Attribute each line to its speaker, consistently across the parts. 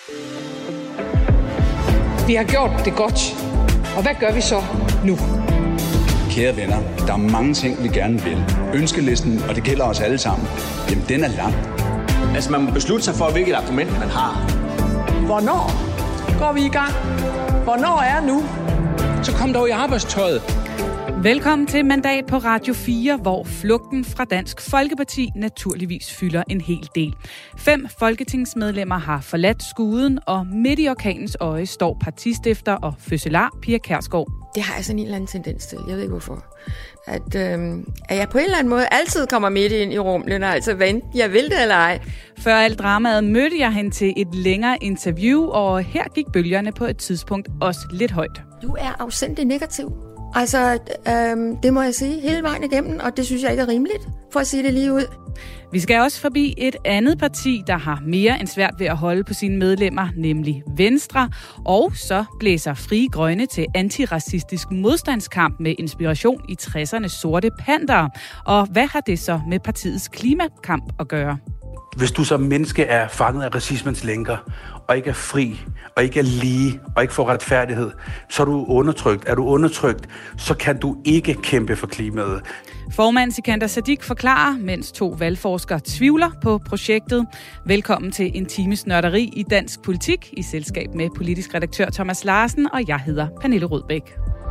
Speaker 1: Vi har gjort det godt. Og hvad gør vi så nu?
Speaker 2: Kære venner, der er mange ting, vi gerne vil. Ønskelisten, og det gælder os alle sammen, jamen den er lang.
Speaker 3: Altså man må beslutte sig for, hvilket argument man har.
Speaker 1: Hvornår går vi i gang? Hvornår er nu?
Speaker 2: Så kom dog i arbejdstøjet.
Speaker 4: Velkommen til Mandat på Radio 4, hvor flugten fra Dansk Folkeparti naturligvis fylder en hel del. 5 folketingsmedlemmer har forladt skuden, og midt i orkanens øje står partistifter og fødselar Pia Kjærsgaard.
Speaker 5: Det har jeg sådan en eller anden tendens til. Jeg ved ikke hvorfor. At jeg på en eller anden måde altid kommer midt ind i rummet, altså hvad jeg vil det eller ej.
Speaker 4: Før alt dramaet mødte jeg hende til et længere interview, og her gik bølgerne på et tidspunkt også lidt højt.
Speaker 5: Du er afsindig negativ. Altså, det må jeg sige hele vejen igennem, og det synes jeg ikke er rimeligt, for at sige det lige ud.
Speaker 4: Vi skal også forbi et andet parti, der har mere end svært ved at holde på sine medlemmer, nemlig Venstre. Og så blæser Frie Grønne til antiracistisk modstandskamp med inspiration i 60'ernes sorte pantere. Og hvad har det så med partiets klimakamp at gøre?
Speaker 6: Hvis du som menneske er fanget af racismens lænker, og ikke er fri, og ikke er lige, og ikke får retfærdighed, så er du undertrykt. Er du undertrykt, så kan du ikke kæmpe for klimaet.
Speaker 4: Formand Sikander Siddiq forklarer, mens 2 valgforskere tvivler på projektet. Velkommen til en times nørderi i dansk politik, i selskab med politisk redaktør Thomas Larsen, og jeg hedder Pernille Rødbæk.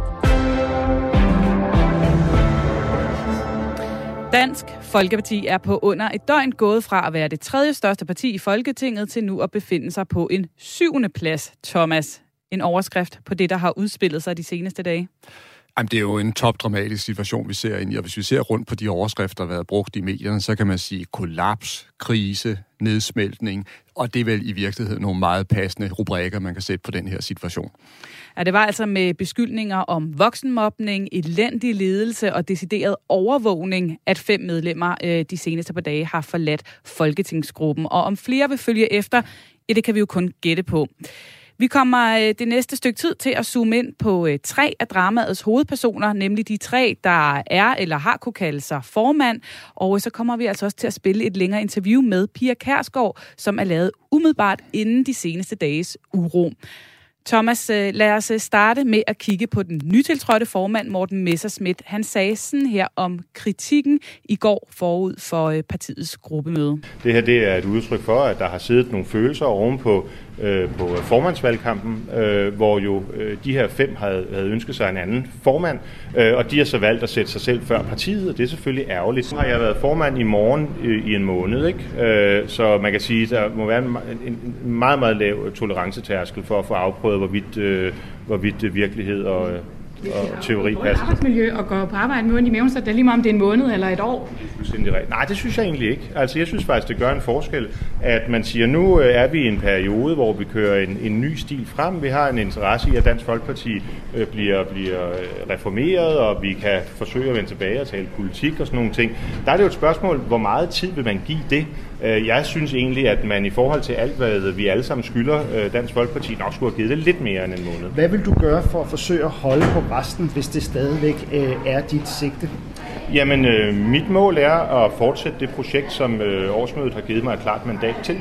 Speaker 4: Dansk Folkeparti er på under et døgn gået fra at være det 3. største parti i Folketinget til nu at befinde sig på en 7. plads. Thomas, en overskrift på det, der har udspillet sig de seneste dage?
Speaker 7: Jamen, det er jo en topdramatisk situation, vi ser ind i, og hvis vi ser rundt på de overskrifter, der har været brugt i medierne, så kan man sige kollaps, krise, nedsmeltning, og det er vel i virkeligheden nogle meget passende rubrikker, man kan sætte på den her situation.
Speaker 4: Ja, det var altså med beskyldninger om voksenmobning, elendig ledelse og decideret overvågning, at 5 medlemmer de seneste par dage har forladt folketingsgruppen. Og om flere vil følge efter, det kan vi jo kun gætte på. Vi kommer det næste stykke tid til at zoome ind på 3 af dramaets hovedpersoner, nemlig de 3, der er eller har kunne kalde sig formand. Og så kommer vi altså også til at spille et længere interview med Pia Kjærsgaard, som er lavet umiddelbart inden de seneste dages uro. Thomas, lad os starte med at kigge på den nytiltrådte formand, Morten Messerschmidt. Han sagde sådan her om kritikken i går forud for partiets gruppemøde.
Speaker 8: Det her det er et udtryk for, at der har siddet nogle følelser ovenpå på formandsvalgkampen, hvor jo de her 5 havde ønsket sig en anden formand, og de har så valgt at sætte sig selv før partiet, og det er selvfølgelig ærgerligt. Nu har jeg været formand i morgen i en måned, ikke? Så man kan sige, at der må være en meget, meget lav tolerancetærskel for at få afprøvet, hvorvidt virkelighed og teori passer.
Speaker 9: Arbejdsmiljø og gå på arbejde med ondt i maven, så det er lige meget om det er en måned eller et år.
Speaker 8: Nej, det synes jeg egentlig ikke. Altså, jeg synes faktisk, det gør en forskel, at man siger, nu er vi i en periode, hvor vi kører en ny stil frem. Vi har en interesse i, at Dansk Folkeparti bliver reformeret, og vi kan forsøge at vende tilbage og tale politik og sådan nogle ting. Der er det jo et spørgsmål, hvor meget tid vil man give det? Jeg synes egentlig, at man i forhold til alt, hvad vi alle sammen skylder Dansk Folkeparti, nok skulle have givet det lidt mere end en måned.
Speaker 10: Hvad vil du gøre for at forsøge at holde på resten, hvis det stadigvæk er dit sigte?
Speaker 8: Jamen, mit mål er at fortsætte det projekt, som årsmødet har givet mig et klart mandat til,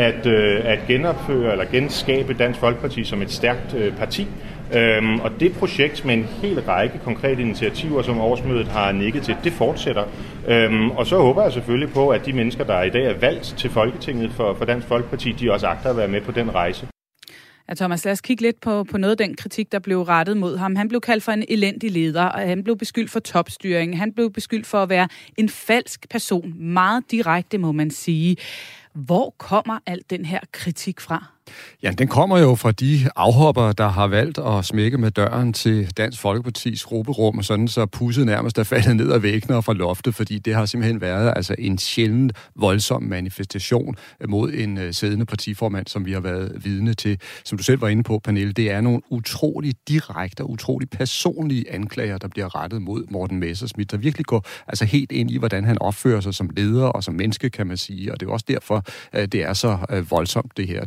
Speaker 8: at genopføre eller genskabe Dansk Folkeparti som et stærkt parti. Og det projekt med en hel række konkrete initiativer, som årsmødet har nikket til, det fortsætter. Og så håber jeg selvfølgelig på, at de mennesker, der i dag er valgt til Folketinget for Dansk Folkeparti, de også agter at være med på den rejse.
Speaker 4: Ja, Thomas, lad os kigge lidt på noget af den kritik, der blev rettet mod ham. Han blev kaldt for en elendig leder, og han blev beskyldt for topstyring. Han blev beskyldt for at være en falsk person. Meget direkte, må man sige. Hvor kommer al den her kritik fra?
Speaker 7: Ja, den kommer jo fra de afhoppere, der har valgt at smække med døren til Dansk Folkepartis grupperum, sådan så pusset nærmest er faldet ned ad væggene og fra loftet, fordi det har simpelthen været altså en sjældent voldsom manifestation mod en siddende partiformand, som vi har været vidne til. Som du selv var inde på, Pernille, det er nogle utrolig direkte og utrolig personlige anklager, der bliver rettet mod Morten Messerschmidt, der virkelig går altså helt ind i, hvordan han opfører sig som leder og som menneske, kan man sige, og det er også derfor, det er så voldsomt det her. Der er virkelig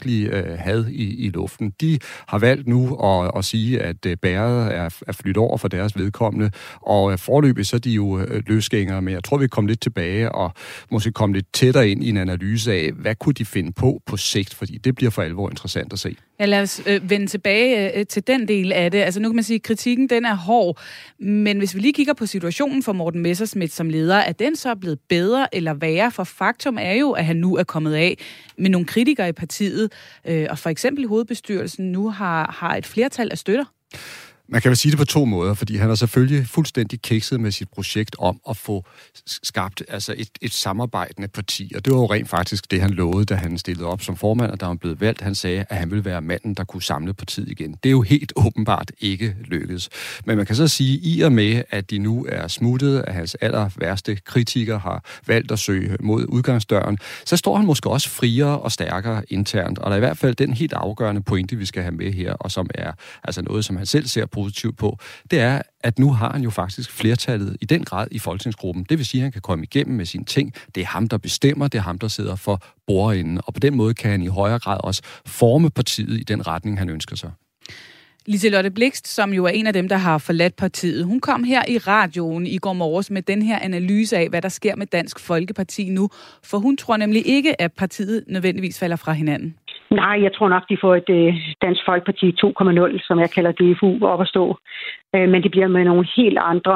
Speaker 7: virkelig had i luften. De har valgt nu at sige, at bæret er flyttet over for deres vedkommende, og foreløbig så er de jo løsgængere, men jeg tror, vi kommer lidt tilbage og måske komme lidt tættere ind i en analyse af, hvad kunne de finde på sigt, fordi det bliver for alvor interessant at se.
Speaker 4: Ja, lad os vende tilbage til den del af det. Altså nu kan man sige, at kritikken den er hård, men hvis vi lige kigger på situationen for Morten Messerschmidt som leder, er den så blevet bedre eller værre? For faktum er jo, at han nu er kommet af med nogle kritikere i partiet, og for eksempel i hovedbestyrelsen nu har et flertal af støtter.
Speaker 7: Man kan vel sige det på to måder, fordi han er selvfølgelig fuldstændig kikset med sit projekt om at få skabt altså et samarbejdende parti, og det var jo rent faktisk det, han lovede, da han stillede op som formand, og da han blev valgt. Han sagde, at han ville være manden, der kunne samle partiet igen. Det er jo helt åbenbart ikke lykkedes. Men man kan så sige, i og med, at de nu er smuttet, at hans aller værste kritikere har valgt at søge mod udgangsdøren, så står han måske også friere og stærkere internt, og der er i hvert fald den helt afgørende pointe, vi skal have med her, og som er altså noget, som han selv ser positivt på, det er, at nu har han jo faktisk flertallet i den grad i folketingsgruppen. Det vil sige, at han kan komme igennem med sine ting. Det er ham, der bestemmer. Det er ham, der sidder for bordenden. Og på den måde kan han i højere grad også forme partiet i den retning, han ønsker sig.
Speaker 4: Liselotte Blixt, som jo er en af dem, der har forladt partiet, hun kom her i radioen i går morges med den her analyse af, hvad der sker med Dansk Folkeparti nu. For hun tror nemlig ikke, at partiet nødvendigvis falder fra hinanden.
Speaker 11: Nej, jeg tror nok, de får et Dansk Folkeparti 2.0, som jeg kalder DFU, op at stå. Men det bliver med nogle helt andre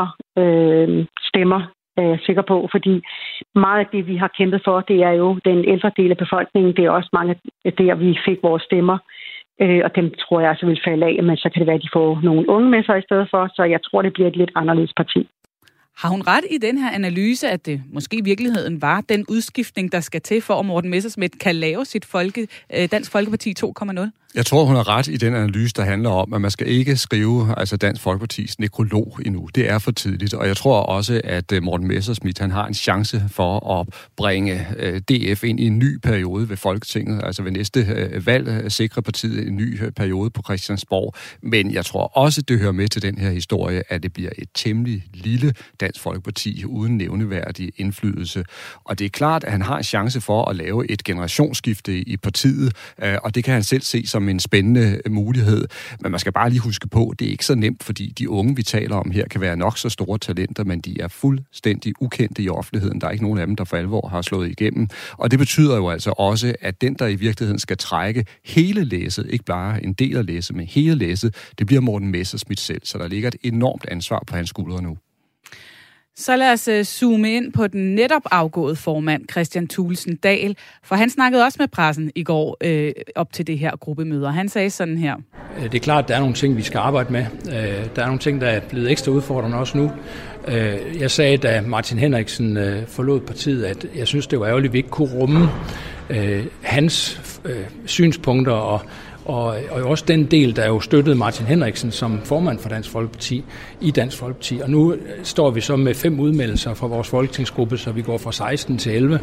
Speaker 11: stemmer, er jeg sikker på. Fordi meget af det, vi har kæmpet for, det er jo den ældre del af befolkningen. Det er også mange af der, vi fik vores stemmer. Og dem tror jeg altså vil falde af, men så kan det være, at de får nogle unge med sig i stedet for. Så jeg tror, det bliver et lidt anderledes parti.
Speaker 4: Har hun ret i den her analyse, at det måske i virkeligheden var den udskiftning, der skal til, for at Morten Messerschmidt kan lave sit Dansk Folkeparti 2.0?
Speaker 7: Jeg tror, hun har ret i den analyse, der handler om, at man skal ikke skrive Dansk Folkepartis nekrolog endnu. Det er for tidligt, og jeg tror også, at Morten Messerschmidt han har en chance for at bringe DF ind i en ny periode ved Folketinget, altså ved næste valg sikre partiet en ny periode på Christiansborg. Men jeg tror også, det hører med til den her historie, at det bliver et temmelig lille Dansk Folkeparti uden nævneværdig indflydelse. Og det er klart, at han har en chance for at lave et generationsskifte i partiet, og det kan han selv se som en spændende mulighed. Men man skal bare lige huske på, at det er ikke så nemt, fordi de unge, vi taler om her, kan være nok så store talenter, men de er fuldstændig ukendte i offentligheden. Der er ikke nogen af dem, der for alvor har slået igennem. Og det betyder jo altså også, at den, der i virkeligheden skal trække hele læsset, ikke bare en del af læsset, men hele læsset, det bliver Morten Messerschmidt selv. Så der ligger et enormt ansvar på hans skuldre nu.
Speaker 4: Så lad os zoome ind på den netop afgåede formand, Kristian Thulesen Dahl, for han snakkede også med pressen i går op til det her gruppemøde. Han sagde sådan her.
Speaker 12: Det er klart, at der er nogle ting, vi skal arbejde med. Der er nogle ting, der er blevet ekstra udfordrende også nu. Jeg sagde, da Martin Henriksen forlod partiet, at jeg synes, det var ærgerligt, at vi ikke kunne rumme hans synspunkter og også den del, der jo støttede Martin Henriksen som formand for Dansk Folkeparti i Dansk Folkeparti. Og nu står vi så med 5 udmeldelser fra vores folketingsgruppe, så vi går fra 16 til 11.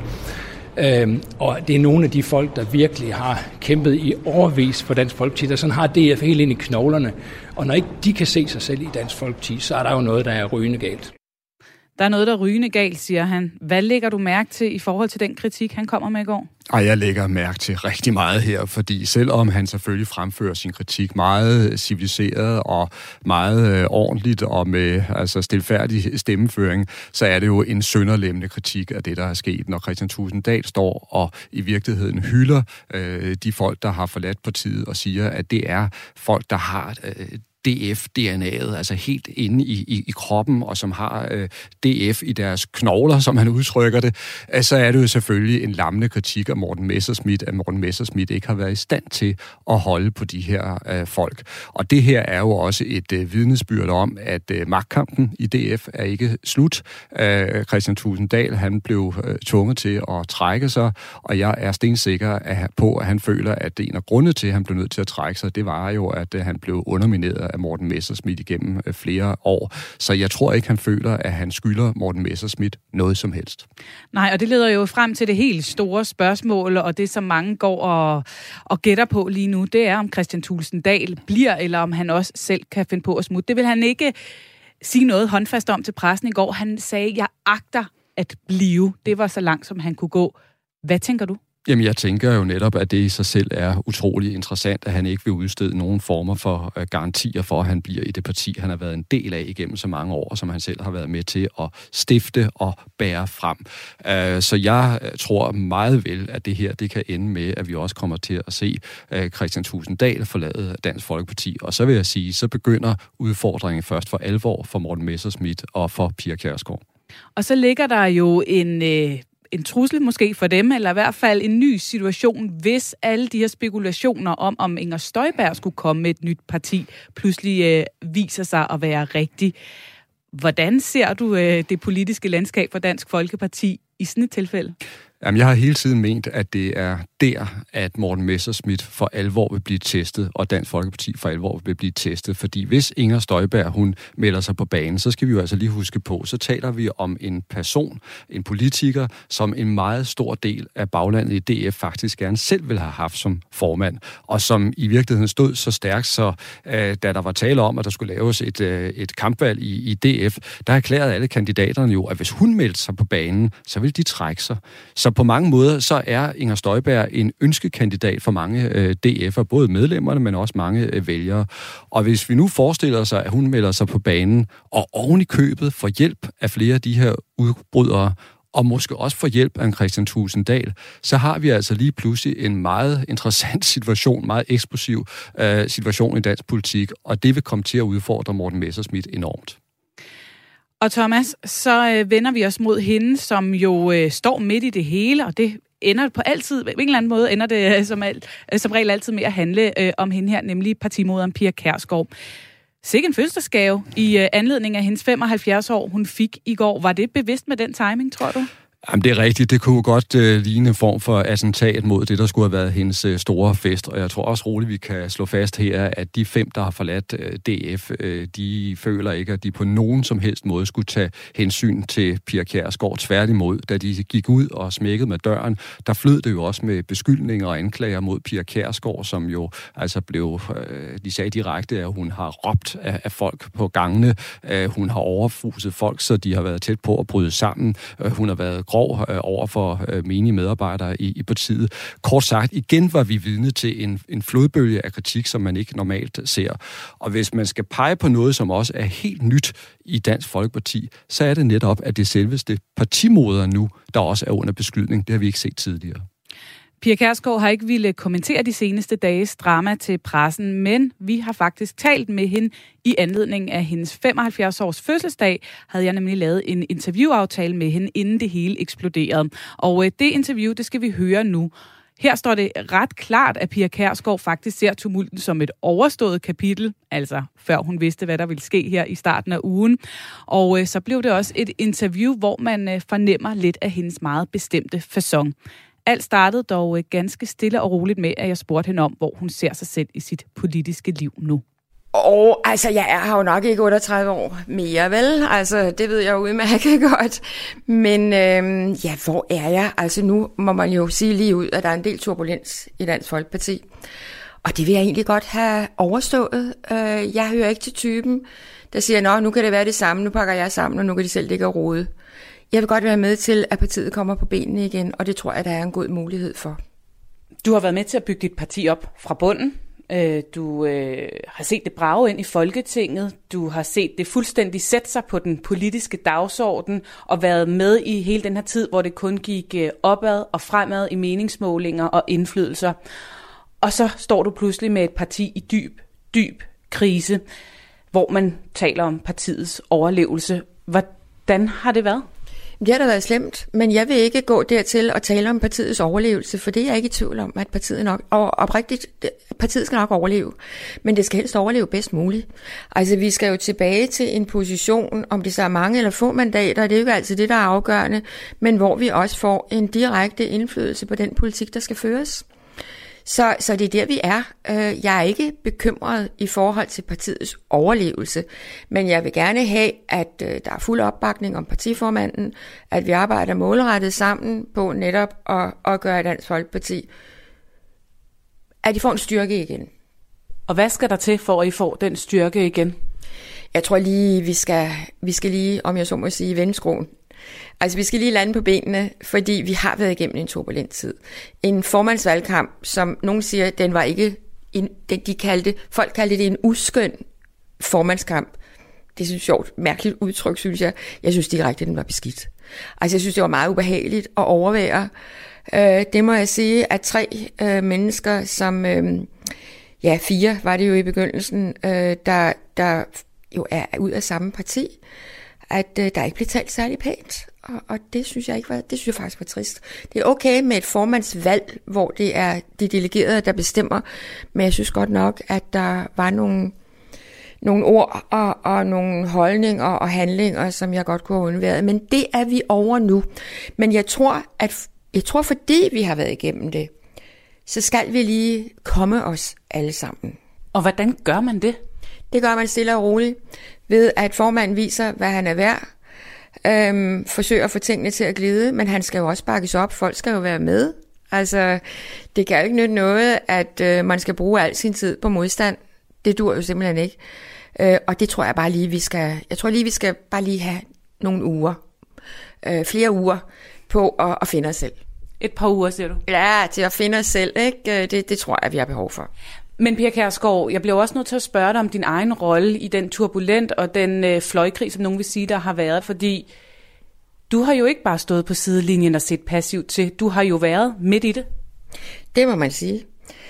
Speaker 12: Og det er nogle af de folk, der virkelig har kæmpet i årevis for Dansk Folkeparti, der sådan har DF helt ind i knoglerne. Og når ikke de kan se sig selv i Dansk Folkeparti, så er der jo noget, der er rygende galt.
Speaker 4: Der er noget, der er rygende galt, siger han. Hvad lægger du mærke til i forhold til den kritik, han kommer med i går?
Speaker 7: Jeg lægger mærke til rigtig meget her, fordi selvom han selvfølgelig fremfører sin kritik meget civiliseret og meget ordentligt og med stilfærdig stemmeføring, så er det jo en sønderlemmende kritik af det, der er sket, når Kristian Thulesen Dahl står og i virkeligheden hylder de folk, der har forladt partiet og siger, at det er folk, der har DF-DNA'et, altså helt inde i kroppen, og som har DF i deres knogler, som han udtrykker det, så er det jo selvfølgelig en lammende kritik af Morten Messerschmidt, at Morten Messerschmidt ikke har været i stand til at holde på de her folk. Og det her er jo også et vidnesbyrd om, at magtkampen i DF er ikke slut. Kristian Thulesen Dahl, han blev tvunget til at trække sig, og jeg er stensikker på, at han føler, at det en af grunde til, at han blev nødt til at trække sig, det var jo, at han blev undermineret af Morten Messerschmidt igennem flere år. Så jeg tror ikke, han føler, at han skylder Morten Messerschmidt noget som helst.
Speaker 4: Nej, og det leder jo frem til det helt store spørgsmål, og det, som mange går og gætter på lige nu, det er, om Kristian Thulesen Dahl bliver, eller om han også selv kan finde på at smutte. Det vil han ikke sige noget håndfast om til pressen i går. Han sagde, jeg agter at blive. Det var så langt, som han kunne gå. Hvad tænker du?
Speaker 7: Jamen, jeg tænker jo netop, at det i sig selv er utrolig interessant, at han ikke vil udstede nogen former for garantier for, at han bliver i det parti, han har været en del af igennem så mange år, som han selv har været med til at stifte og bære frem. Så jeg tror meget vel, at det her det kan ende med, at vi også kommer til at se Kristian Thulesen Dahl forlade Dansk Folkeparti. Og så vil jeg sige, så begynder udfordringen først for alvor for Morten Messerschmidt og for Pia Kjærsgaard. Og så ligger der jo en trussel måske for dem, eller i hvert fald en ny situation, hvis alle de her spekulationer om Inger Støjberg skulle komme med et nyt parti, pludselig viser sig at være rigtigt. Hvordan ser du det politiske landskab for Dansk Folkeparti i sådan et tilfælde? Jamen, jeg har hele tiden ment, at det er der, at Morten Messerschmidt for alvor vil blive testet, og Dansk Folkeparti for alvor vil blive testet. Fordi hvis Inger Støjberg, hun melder sig på banen, så skal vi jo altså lige huske på, så taler vi om en person, en politiker, som en meget stor del af baglandet i DF faktisk gerne selv vil have haft som formand, og som i virkeligheden stod så stærkt, så da der var tale om, at der skulle laves et kampvalg i DF, der erklærede alle kandidaterne jo, at hvis hun meldte sig på banen, så ville de trække sig. Så på mange måder, så er Inger Støjberg en ønskekandidat for mange DF'er, både medlemmerne, men også mange vælgere. Og hvis vi nu forestiller os, at hun melder sig på banen, og oven i købet får hjælp af flere af de her udbrydere, og måske også får hjælp af en Kristian Thulesen Dahl, så har vi altså lige pludselig en meget interessant situation, meget eksplosiv situation i dansk politik, og det vil komme til at udfordre Morten Messerschmidt enormt. Og Thomas, så vender vi os mod hende, som jo står midt i det hele, og det ender på altid, på en eller anden måde ender det som regel altid med at handle om hende her, nemlig partimoderen Pia Kjærsgaard. Sikke en fødselsdagsgave i anledning af hendes 75 år, hun fik i går. Var det bevidst med den timing, tror du? Jamen, det er rigtigt. Det kunne godt ligne en form for attentat mod det, der skulle have været hendes store fest. Og jeg tror også roligt, vi kan slå fast her, at de 5, der har forladt DF, de føler ikke, at de på nogen som helst måde skulle tage hensyn til Pia Kjærsgaard. Tværtimod, da de gik ud og smækkede med døren, der flød det jo også med beskyldninger og anklager mod Pia Kjærsgaard, som jo altså blev, de sagde direkte, at hun har råbt af folk på gangene. Hun har overfuset folk, så de har været tæt på at bryde sammen. Hun har været grov over for menige medarbejdere i partiet. Kort sagt, igen var vi vidne til en flodbølge af kritik, som man ikke normalt ser. Og hvis man skal pege på noget, som også er helt nyt i Dansk Folkeparti, så er det netop, at det selveste partimoder nu, der også er under beskydning. Det har vi ikke set tidligere. Pia Kjærsgaard har ikke ville kommentere de seneste dages drama til pressen, men vi har faktisk talt med hende i anledning af hendes 75-års fødselsdag. Havde jeg nemlig lavet en interviewaftale med hende, inden det hele eksploderede. Og det interview, det skal vi høre nu. Her står det ret klart, at Pia Kjærsgaard faktisk ser tumulten som et overstået kapitel, altså før hun vidste, hvad der ville ske her i starten af ugen. Og så blev det også et interview, hvor man fornemmer lidt af hendes meget bestemte facon. Alt startede dog ganske stille og roligt med, at jeg spurgte hende om, hvor hun ser sig selv i sit politiske liv nu.
Speaker 5: Altså, jeg har jo nok ikke 38 år mere, vel? Altså, det ved jeg jo udmærket godt. Men hvor er jeg? Altså, nu må man jo sige lige ud, at der er en del turbulens i Dansk Folkeparti. Og det vil jeg egentlig godt have overstået. Jeg hører ikke til typen, der siger, nu kan det være det samme, nu pakker jeg sammen, og nu kan de selv ligge og rode. Jeg vil godt være med til, at partiet kommer på benene igen, og det tror jeg, der er en god mulighed for.
Speaker 4: Du har været med til at bygge dit parti op fra bunden. Du har set det brage ind i Folketinget. Du har set det fuldstændig sætte sig på den politiske dagsorden og været med i hele den her tid, hvor det kun gik opad og fremad i meningsmålinger og indflydelser. Og så står du pludselig med et parti i dyb krise, hvor man taler om partiets overlevelse. Hvordan har det været?
Speaker 5: Det har da været slemt, men jeg vil ikke gå dertil og tale om partiets overlevelse, for det er jeg ikke i tvivl om, at partiet nok, og oprigtigt, partiet skal nok overleve, men det skal helst overleve bedst muligt. Altså, vi skal jo tilbage til en position, om det så er mange eller få mandater, det er jo ikke altid det, der er afgørende, men hvor vi også får en direkte indflydelse på den politik, der skal føres. Så det er der, vi er. Jeg er ikke bekymret i forhold til partiets overlevelse, men jeg vil gerne have, at der er fuld opbakning om partiformanden, at vi arbejder målrettet sammen på netop at gøre Dansk Folkeparti, at de får en styrke igen.
Speaker 4: Og hvad skal der til, for at I får den styrke igen?
Speaker 5: Jeg tror lige, vi skal lige, om jeg så må sige, vende skruen. Altså, vi skal lige lande på benene, fordi vi har været igennem en turbulent tid. En formandsvalgkamp, som nogen siger, den var ikke, folk kaldte det en uskøn formandskamp. Det er et sjovt, mærkeligt udtryk, synes jeg. Jeg synes direkte, den var beskidt. Altså, jeg synes, det var meget ubehageligt at overvære. Det må jeg sige, at 3 mennesker, som... 4 var det jo i begyndelsen, der jo er ud af samme parti, at der ikke blev talt særlig pænt. Og det synes jeg ikke var, det synes jeg faktisk var trist. Det er okay med et formandsvalg, hvor det er de delegerede, der bestemmer, men jeg synes godt nok, at der var nogle ord og nogle holdninger og handlinger, som jeg godt kunne have undværet. Men det er vi over nu. Men jeg tror, fordi vi har været igennem det, så skal vi lige komme os alle sammen.
Speaker 4: Og hvordan gør man det?
Speaker 5: Det gør man stille og roligt, ved at formanden viser, hvad han er værd, forsøger at få tingene til at glide, men han skal jo også bakkes op. Folk skal jo være med. Altså, det kan jo ikke nytte noget, at man skal bruge al sin tid på modstand. Det dur jo simpelthen ikke. Og det tror jeg bare lige, vi skal bare lige have nogle uger. Flere uger på at finde os selv.
Speaker 4: Et par uger, siger du?
Speaker 5: Ja, til at finde os selv, ikke? Det tror jeg, vi har behov for.
Speaker 4: Men Pia Kjærsgaard, jeg bliver også nødt til at spørge dig om din egen rolle i den turbulent og den fløjkrig, som nogen vil sige, der har været, fordi du har jo ikke bare stået på sidelinjen og set passivt til. Du har jo været midt i det. Det må man sige.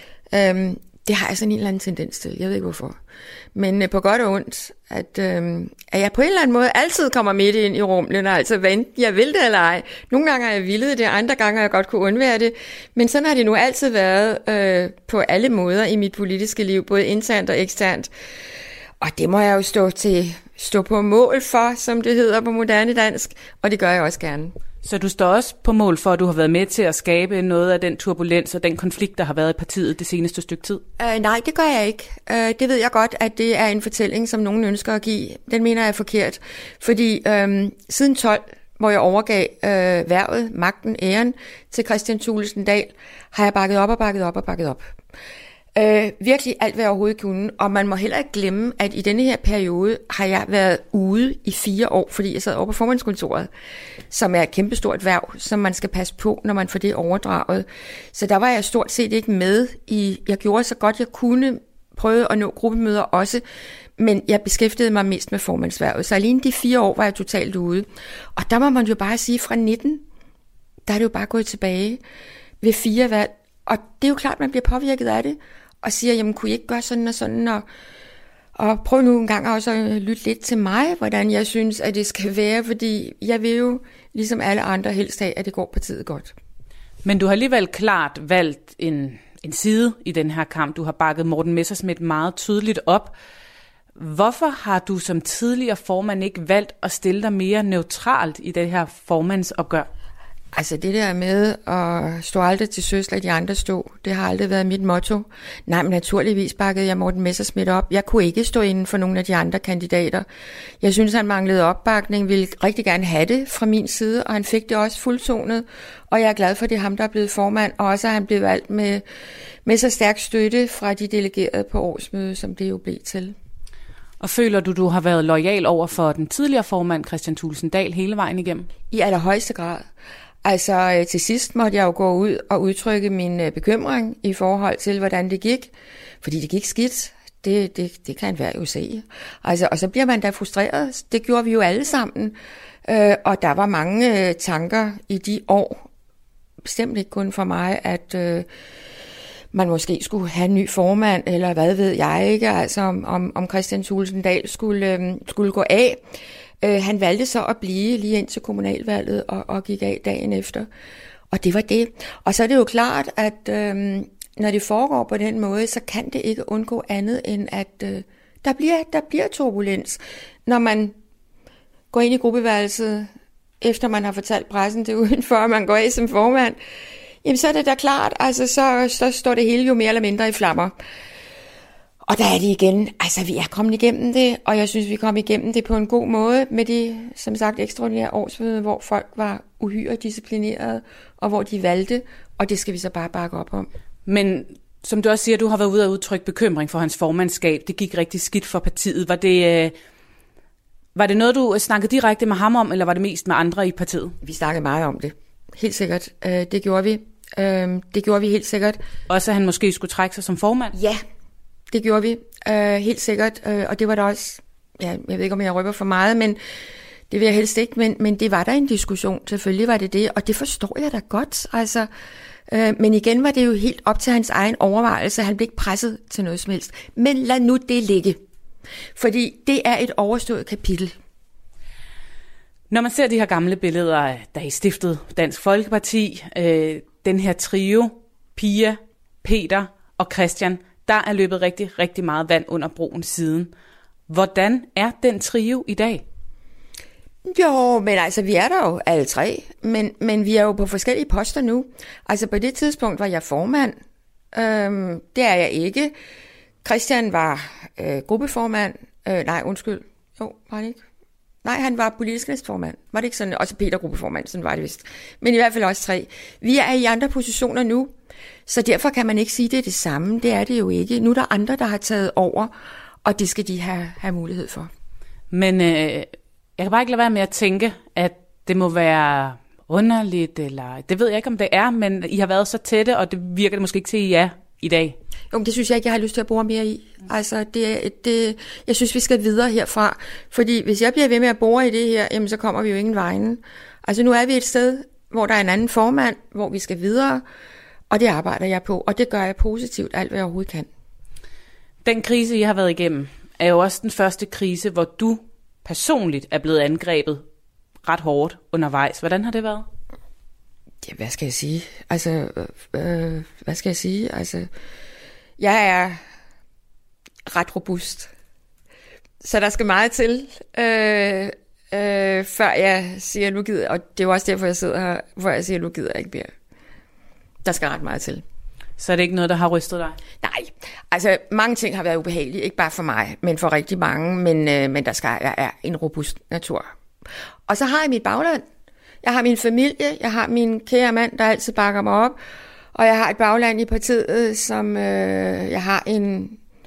Speaker 4: Det har jeg sådan en eller anden tendens til. Jeg ved ikke hvorfor. Men på godt og ondt, at jeg på en eller anden måde altid kommer midt ind i rummet, altså hvad jeg vil det eller ej. Nogle gange har jeg villet det, andre gange har jeg godt kunne undvære det. Men sådan har det nu altid været på alle måder i mit politiske liv, både internt og eksternt. Og det må jeg jo stå på mål for, som det hedder på moderne dansk, og det gør jeg også gerne. Så du står også på mål for, at du har været med til at skabe noget af den turbulens og den konflikt, der har været i partiet det seneste stykke tid? Nej, det gør jeg ikke. Det ved jeg godt, at det er en fortælling, som nogen ønsker at give. Den mener jeg er forkert. Fordi siden 12, hvor jeg overgav hvervet, magten, æren til Kristian Thulesen Dahl, har jeg bakket op og bakket op og bakket op. Virkelig alt, hvad jeg overhovedet kunne. Og man må heller ikke glemme, at i denne her periode har jeg været ude i 4 år, fordi jeg sad over på formandskontoret, som er et kæmpestort hverv, som man skal passe på, når man får det overdraget. Så der var jeg stort set ikke med jeg gjorde så godt jeg kunne, prøve at nå gruppemøder også, men jeg beskæftigede mig mest med formandsværvet. Så alene de 4 år var jeg totalt ude. Og der må man jo bare sige, fra 19, der er det jo bare gået tilbage ved 4 valg. Og det er jo klart, at man bliver påvirket af det, og siger, jamen kunne I ikke gøre sådan og sådan, og prøv nu en gang også at lytte lidt til mig, hvordan jeg synes, at det skal være, fordi jeg vil jo, ligesom alle andre, helst have, at det går partiet godt. Men du har alligevel klart valgt en side i den her kamp. Du har bakket Morten Messerschmidt meget tydeligt op. Hvorfor har du som tidligere formand ikke valgt at stille dig mere neutralt i det her formandsopgør? Altså det der med at stå aldrig til søs, lad de andre stå, det har aldrig været mit motto. Nej, men naturligvis bakkede jeg Morten Messerschmidt op. Jeg kunne ikke stå inden for nogle af de andre kandidater. Jeg synes, han manglede opbakning, ville rigtig gerne have det fra min side, og han fik det også fuldtonet. Og jeg er glad for, det er ham, der er blevet formand, og også at han blev valgt med så stærk støtte fra de delegerede på årsmødet, som det jo blev til. Og føler du har været loyal over for den tidligere formand, Kristian Thulesen Dahl, hele vejen igennem? I allerhøjeste grad. Altså til sidst måtte jeg jo gå ud og udtrykke min bekymring i forhold til, hvordan det gik. Fordi det gik skidt. Det kan enhver jo se. Altså, og så bliver man da frustreret. Det gjorde vi jo alle sammen. Og der var mange tanker i de år. Bestemt ikke kun for mig, at man måske skulle have en ny formand, eller hvad ved jeg ikke, altså om Kristian Thulesen Dahl skulle gå af. Han valgte så at blive lige ind til kommunalvalget og gik af dagen efter. Og det var det. Og så er det jo klart, at når det foregår på den måde, så kan det ikke undgå andet end, at der bliver turbulens. Når man går ind i gruppeværelset, efter man har fortalt pressen det udenfor, og man går af som formand, jamen så er det da klart, altså så står det hele jo mere eller mindre i flammer. Og der er det igen, altså vi er kommet igennem det, og jeg synes, vi kom igennem det på en god måde med de, som sagt, ekstraordinære årsmøde, hvor folk var uhyre disciplinerede, og hvor de valgte, og det skal vi så bare bakke op om. Men som du også siger, du har været ude og udtrykke bekymring for hans formandskab. Det gik rigtig skidt for partiet. Var det noget, du snakkede direkte med ham om, eller var det mest med andre i partiet?
Speaker 5: Vi snakkede meget om det. Helt sikkert. Det gjorde vi. Det gjorde vi helt sikkert.
Speaker 4: Også at han måske skulle trække sig som formand?
Speaker 5: Ja, det gjorde vi. Helt sikkert. Og det var der også... Ja, jeg ved ikke, om jeg røber for meget, men det vil jeg helst ikke. Men det var der en diskussion. Selvfølgelig var det det. Og det forstår jeg da godt. Altså, men igen var det jo helt op til hans egen overvejelse. Han blev ikke presset til noget som helst. Men lad nu det ligge. Fordi det er et overstået kapitel.
Speaker 4: Når man ser de her gamle billeder, da I stiftede Dansk Folkeparti, den her trio, Pia, Peter og Christian, der er løbet rigtig, rigtig meget vand under broen siden. Hvordan er den trio i dag?
Speaker 5: Jo, men altså, vi er der jo alle tre, men vi er jo på forskellige poster nu. Altså, på det tidspunkt var jeg formand. Det er jeg ikke. Christian var gruppeformand. Jo, var det ikke? Nej, han var politisk næstformand. Var det ikke sådan? Også Peter gruppeformand, sådan var det vist. Men i hvert fald også tre. Vi er i andre positioner nu, så derfor kan man ikke sige, det er det samme. Det er det jo ikke. Nu er der andre, der har taget over, og det skal de have mulighed for. Men
Speaker 4: jeg kan bare ikke lade være med at tænke, at det må være underligt, eller det ved jeg ikke, om det er, men I har været så tætte, og det virker det måske ikke til, I er i dag.
Speaker 5: Jo, det synes jeg ikke, jeg har lyst til at bore mere i. Altså, jeg synes, vi skal videre herfra. Fordi hvis jeg bliver ved med at bore i det her, jamen, så kommer vi jo ingen vejen. Altså, nu er vi et sted, hvor der er en anden formand, hvor vi skal videre, og det arbejder jeg på, og det gør jeg positivt alt, hvad jeg overhovedet kan.
Speaker 4: Den krise, I har været igennem, er jo også den første krise, hvor du personligt er blevet angrebet ret hårdt undervejs. Hvordan har det været?
Speaker 5: Ja, hvad skal jeg sige? Altså, jeg er ret robust. Så der skal meget til, før jeg siger, nu gider, og det er jo også derfor, jeg sidder her, hvor jeg siger, nu gider jeg ikke mere. Der skal ret meget til.
Speaker 4: Så er det ikke noget, der har rystet dig?
Speaker 5: Nej, altså mange ting har været ubehagelige, ikke bare for mig, men for rigtig mange, men jeg er en robust natur. Og så har jeg mit bagland. Jeg har min familie, jeg har min kære mand, der altid bakker mig op, og jeg har et bagland i partiet, som jeg har en...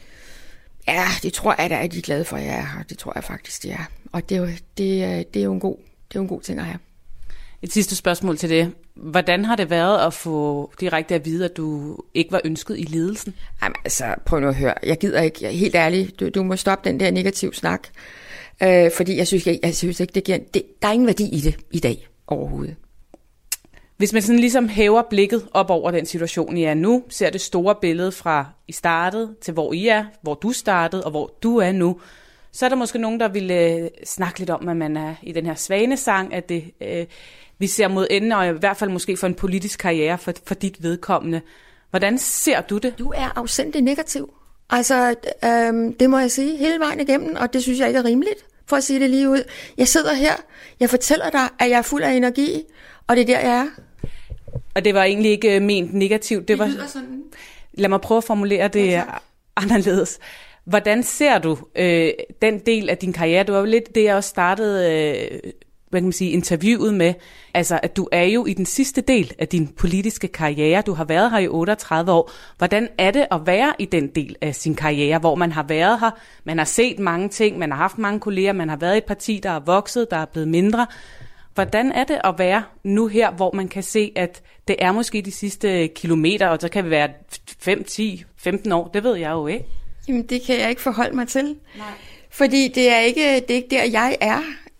Speaker 5: Ja, det tror jeg da, at de er glade for, at jeg er her. Det tror jeg faktisk, de er. Og det er jo en god ting at have.
Speaker 4: Et sidste spørgsmål til det. Hvordan har det været at få direkte at vide, at du ikke var ønsket i ledelsen?
Speaker 5: Jamen altså, prøv nu at høre. Jeg gider ikke. Helt ærligt, du må stoppe den der negativ snak. Fordi jeg synes ikke, det giver... Der er ingen værdi i det i dag overhovedet.
Speaker 4: Hvis man sådan ligesom hæver blikket op over den situation, I er nu, ser det store billede fra I startede til hvor I er, hvor du startede og hvor du er nu, så er der måske nogen, der vil snakke lidt om, at man er i den her svanesang, at det, vi ser mod enden, og i hvert fald måske for en politisk karriere for dit vedkommende. Hvordan ser du det?
Speaker 5: Du er afsindig negativ. Altså, det må jeg sige hele vejen igennem, og det synes jeg ikke er rimeligt, for at sige det lige ud. Jeg sidder her, jeg fortæller dig, at jeg er fuld af energi, og det er der, jeg er.
Speaker 4: Og det var egentlig ikke ment negativt. Det var
Speaker 5: sådan.
Speaker 4: Lad mig prøve at formulere det anderledes. Hvordan ser du den del af din karriere? Du var jo lidt det, jeg også startede interviewet med. Altså, at du er jo i den sidste del af din politiske karriere. Du har været her i 38 år. Hvordan er det at være i den del af sin karriere, hvor man har været her? Man har set mange ting, man har haft mange kolleger, man har været i et parti, der er vokset, der er blevet mindre. Hvordan er det at være nu her, hvor man kan se, at det er måske de sidste kilometer, og så kan vi være 5, 10, 15 år? Det ved jeg jo ikke.
Speaker 5: Jamen, det kan jeg ikke forholde mig til. Nej. Fordi det er ikke der, jeg er.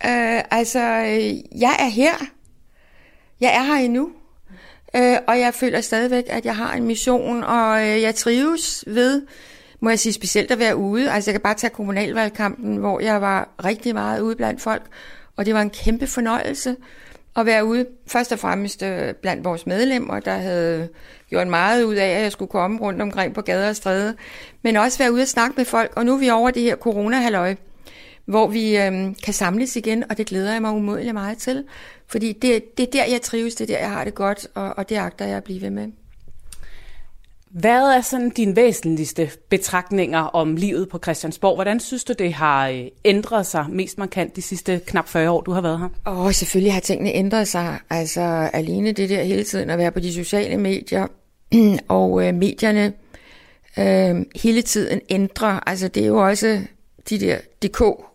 Speaker 5: Jeg er her. Jeg er her endnu. Og jeg føler stadigvæk, at jeg har en mission, og jeg trives ved, må jeg sige, specielt at være ude. Altså, jeg kan bare tage kommunalvalgkampen, hvor jeg var rigtig meget ude blandt folk, og det var en kæmpe fornøjelse at være ude, først og fremmest blandt vores medlemmer, der havde gjort meget ud af, at jeg skulle komme rundt omkring på gader og stræde, men også være ude og snakke med folk. Og nu er vi over det her corona-halløj, hvor vi kan samles igen, og det glæder jeg mig umådeligt meget til. Fordi det er der, jeg trives, det er der, jeg har det godt, og det agter jeg at blive ved med.
Speaker 4: Hvad er sådan dine væsentligste betragtninger om livet på Christiansborg? Hvordan synes du, det har ændret sig mest markant de sidste knap 40 år, du har været her?
Speaker 5: Selvfølgelig har tingene ændret sig. Altså alene det der hele tiden at være på de sociale medier, og medierne hele tiden ændrer. Altså det er jo også de der DK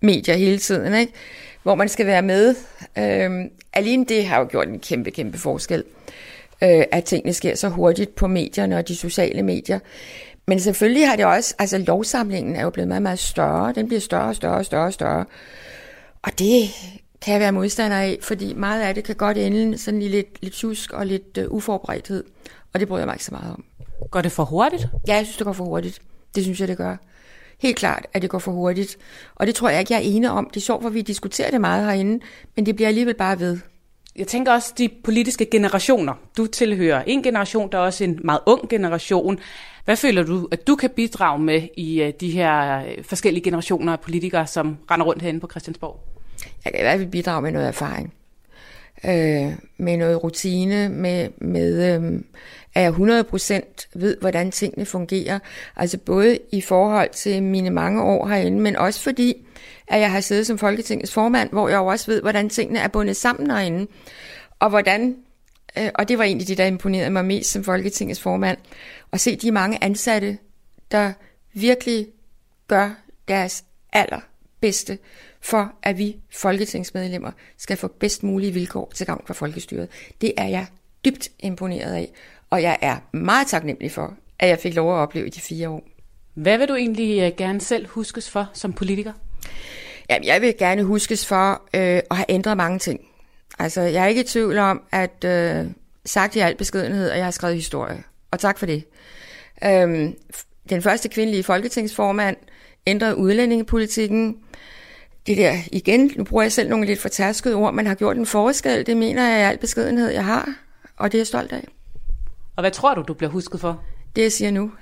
Speaker 5: medier hele tiden, ikke? Hvor man skal være med. Alene det har jo gjort en kæmpe, kæmpe forskel, at tingene sker så hurtigt på medierne og de sociale medier. Men selvfølgelig har det også, altså lovsamlingen er jo blevet meget, meget større. Den bliver større og større og større og større. Og det kan jeg være modstander af, fordi meget af det kan godt ende sådan lidt tjusk og lidt uforberedthed. Og det bryder jeg mig ikke så meget om.
Speaker 13: Går det for hurtigt?
Speaker 5: Ja, jeg synes, det går for hurtigt. Det synes jeg, det gør. Helt klart, at det går for hurtigt. Og det tror jeg ikke, jeg er enig om. Det er sjovt, for vi diskuterer det meget herinde, men det bliver alligevel bare ved.
Speaker 13: Jeg tænker også de politiske generationer. Du tilhører en generation, der er også en meget ung generation. Hvad føler du, at du kan bidrage med i de her forskellige generationer af politikere, som render rundt herinde på Christiansborg?
Speaker 5: Jeg kan i hvert fald bidrage med noget erfaring. Med noget rutine, med at jeg 100% ved, hvordan tingene fungerer. Altså både i forhold til mine mange år herinde, men også fordi, at jeg har siddet som Folketingets formand, hvor jeg også ved, hvordan tingene er bundet sammen herinde. Og hvordan, og det var egentlig det, der imponerede mig mest som Folketingets formand, at se de mange ansatte, der virkelig gør deres allerbedste for, at vi folketingsmedlemmer skal få bedst mulige vilkår til gavn for folkestyret. Det er jeg dybt imponeret af, og jeg er meget taknemmelig for, at jeg fik lov at opleve i de 4 år.
Speaker 13: Hvad vil du egentlig gerne selv huskes for som politiker?
Speaker 5: Jamen, jeg vil gerne huskes for at have ændret mange ting. Altså, jeg er ikke i tvivl om, at sagt i al beskedenhed, at jeg har skrevet historie. Og tak for det. Den første kvindelige folketingsformand ændrede udlændingepolitikken. Det der, igen, nu bruger jeg selv nogle lidt fortærskede ord, man har gjort en forskel. Det mener jeg i al beskedenhed, jeg har. Og det er jeg stolt af.
Speaker 13: Og hvad tror du bliver husket for?
Speaker 5: Det, jeg siger nu.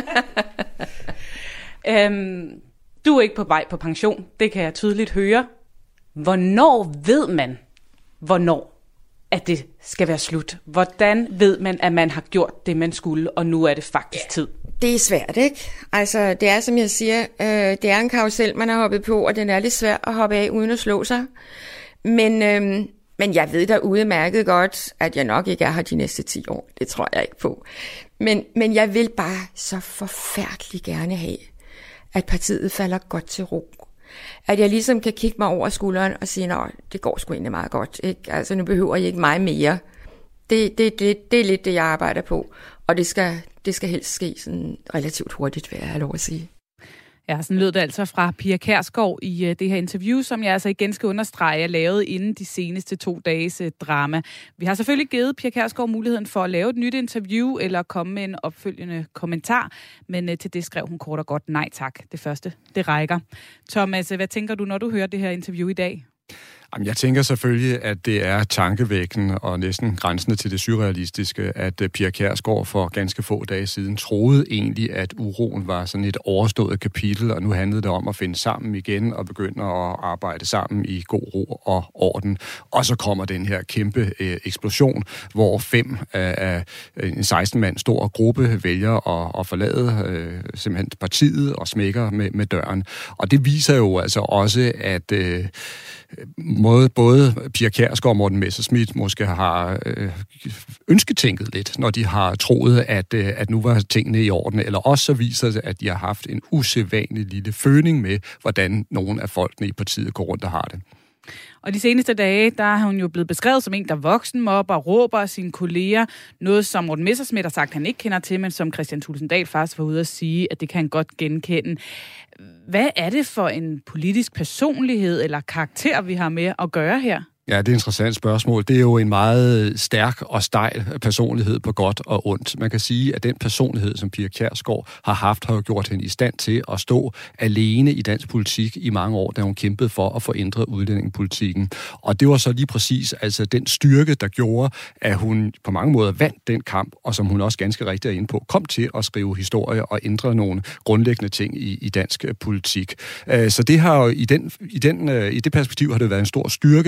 Speaker 13: Du er ikke på vej på pension. Det kan jeg tydeligt høre. Hvornår ved man, at det skal være slut? Hvordan ved man, at man har gjort det, man skulle, og nu er det faktisk tid?
Speaker 5: Det er svært, ikke? Altså, det er, som jeg siger, det er en karusel, man har hoppet på, og den er lidt svær at hoppe af, uden at slå sig. Men jeg ved da udmærket godt, at jeg nok ikke er her de næste 10 år. Det tror jeg ikke på. Men jeg vil bare så forfærdeligt gerne have, at partiet falder godt til ro. At jeg ligesom kan kigge mig over skulderen og sige, nej, det går sgu egentlig meget godt. Ikke? Altså, nu behøver jeg ikke mig mere. Det er lidt det, jeg arbejder på. Og det skal helst ske sådan relativt hurtigt, vil jeg have lov at sige.
Speaker 4: Ja, sådan lød det altså fra Pia Kjærsgaard i det her interview, som jeg altså igen skal understrege, lavet inden de seneste 2 dages drama. Vi har selvfølgelig givet Pia Kjærsgaard muligheden for at lave et nyt interview eller komme med en opfølgende kommentar, men til det skrev hun kort og godt nej tak. Det første, det rækker. Thomas, hvad tænker du, når du hører det her interview i dag?
Speaker 7: Jeg tænker selvfølgelig, at det er tankevækkende og næsten grænsende til det surrealistiske, at Pia Kjærsgaard for ganske få dage siden troede egentlig, at uroen var sådan et overstået kapitel, og nu handlede det om at finde sammen igen og begynde at arbejde sammen i god ro og orden. Og så kommer den her kæmpe eksplosion, hvor 5 af en 16-mand stor gruppe vælger at forlade simpelthen partiet og smækker med døren. Og det viser jo altså også, at både Pia Kjærsgaard og Morten Messerschmidt måske har ønsketænket lidt, når de har troet, at nu var tingene i orden, eller også så viser det, at de har haft en usædvanlig lille føling med, hvordan nogle af folkene i partiet går rundt og har det.
Speaker 4: Og de seneste dage, der har hun jo blevet beskrevet som en, der voksenmobber og råber af sine kolleger. Noget, som Morten Messerschmidt har sagt, han ikke kender til, men som Kristian Thulesen Dahl faktisk var ude at sige, at det kan han godt genkende. Hvad er det for en politisk personlighed eller karakter, vi har med at gøre her?
Speaker 7: Ja, det er et interessant spørgsmål. Det er jo en meget stærk og stejl personlighed på godt og ondt. Man kan sige, at den personlighed, som Pia Kjærsgaard har haft, har jo gjort hende i stand til at stå alene i dansk politik i mange år, da hun kæmpede for at få ændret udlændingepolitikken. Og det var så lige præcis altså den styrke, der gjorde, at hun på mange måder vandt den kamp, og som hun også ganske rigtigt er inde på, kom til at skrive historie og ændre nogle grundlæggende ting i dansk politik. Så det har jo i det perspektiv har det været en stor styrke at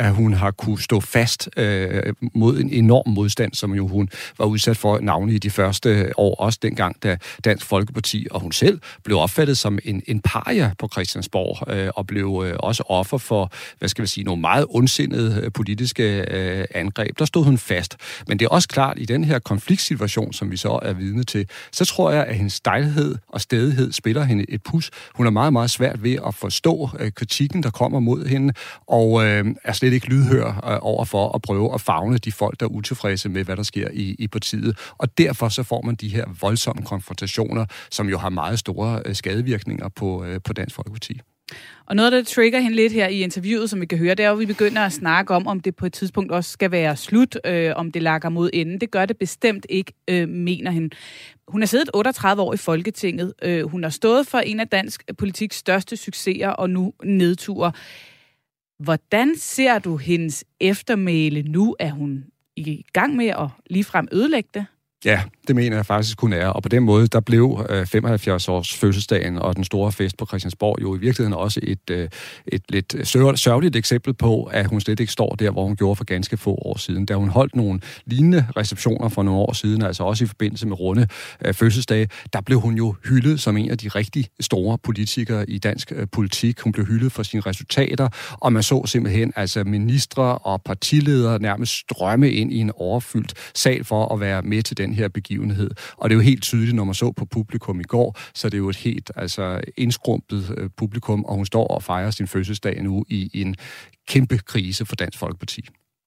Speaker 7: at hun har kunne stå fast mod en enorm modstand, som jo hun var udsat for navnlig i de første år, også dengang, da Dansk Folkeparti og hun selv blev opfattet som en paria på Christiansborg, og blev også offer for, nogle meget ondsindede politiske angreb. Der stod hun fast. Men det er også klart, i den her konfliktsituation, som vi så er vidne til, så tror jeg, at hendes stejlhed og stædighed spiller hende et pus. Hun er meget, meget svært ved at forstå kritikken, der kommer mod hende, og er slet ikke lydhør over for at prøve at favne de folk, der er utilfredse med, hvad der sker i partiet. Og derfor så får man de her voldsomme konfrontationer, som jo har meget store skadevirkninger på Dansk Folkeparti.
Speaker 4: Og noget, der trigger hende lidt her i interviewet, som vi kan høre, det er jo, at vi begynder at snakke om det på et tidspunkt også skal være slut, om det lakker mod enden. Det gør det bestemt ikke, mener hende. Hun har siddet 38 år i Folketinget. Hun har stået for en af dansk politiks største succeser og nu nedturer. Hvordan ser du hendes eftermæle nu? Er hun i gang med at ligefrem ødelægge det?
Speaker 7: Ja, det mener jeg faktisk, hun er. Og på den måde, der blev 75-års fødselsdagen og den store fest på Christiansborg jo i virkeligheden også et lidt sørgeligt eksempel på, at hun slet ikke står der, hvor hun gjorde for ganske få år siden. Da hun holdt nogle lignende receptioner for nogle år siden, altså også i forbindelse med runde fødselsdage, der blev hun jo hyldet som en af de rigtig store politikere i dansk politik. Hun blev hyldet for sine resultater, og man så simpelthen altså ministre og partiledere nærmest strømme ind i en overfyldt sal for at være med til den her begivenhed. Og det er jo helt tydeligt, når man så på publikum i går, så det er jo et helt indskrumpet publikum, og hun står og fejrer sin fødselsdag nu i en kæmpe krise for Dansk Folkeparti.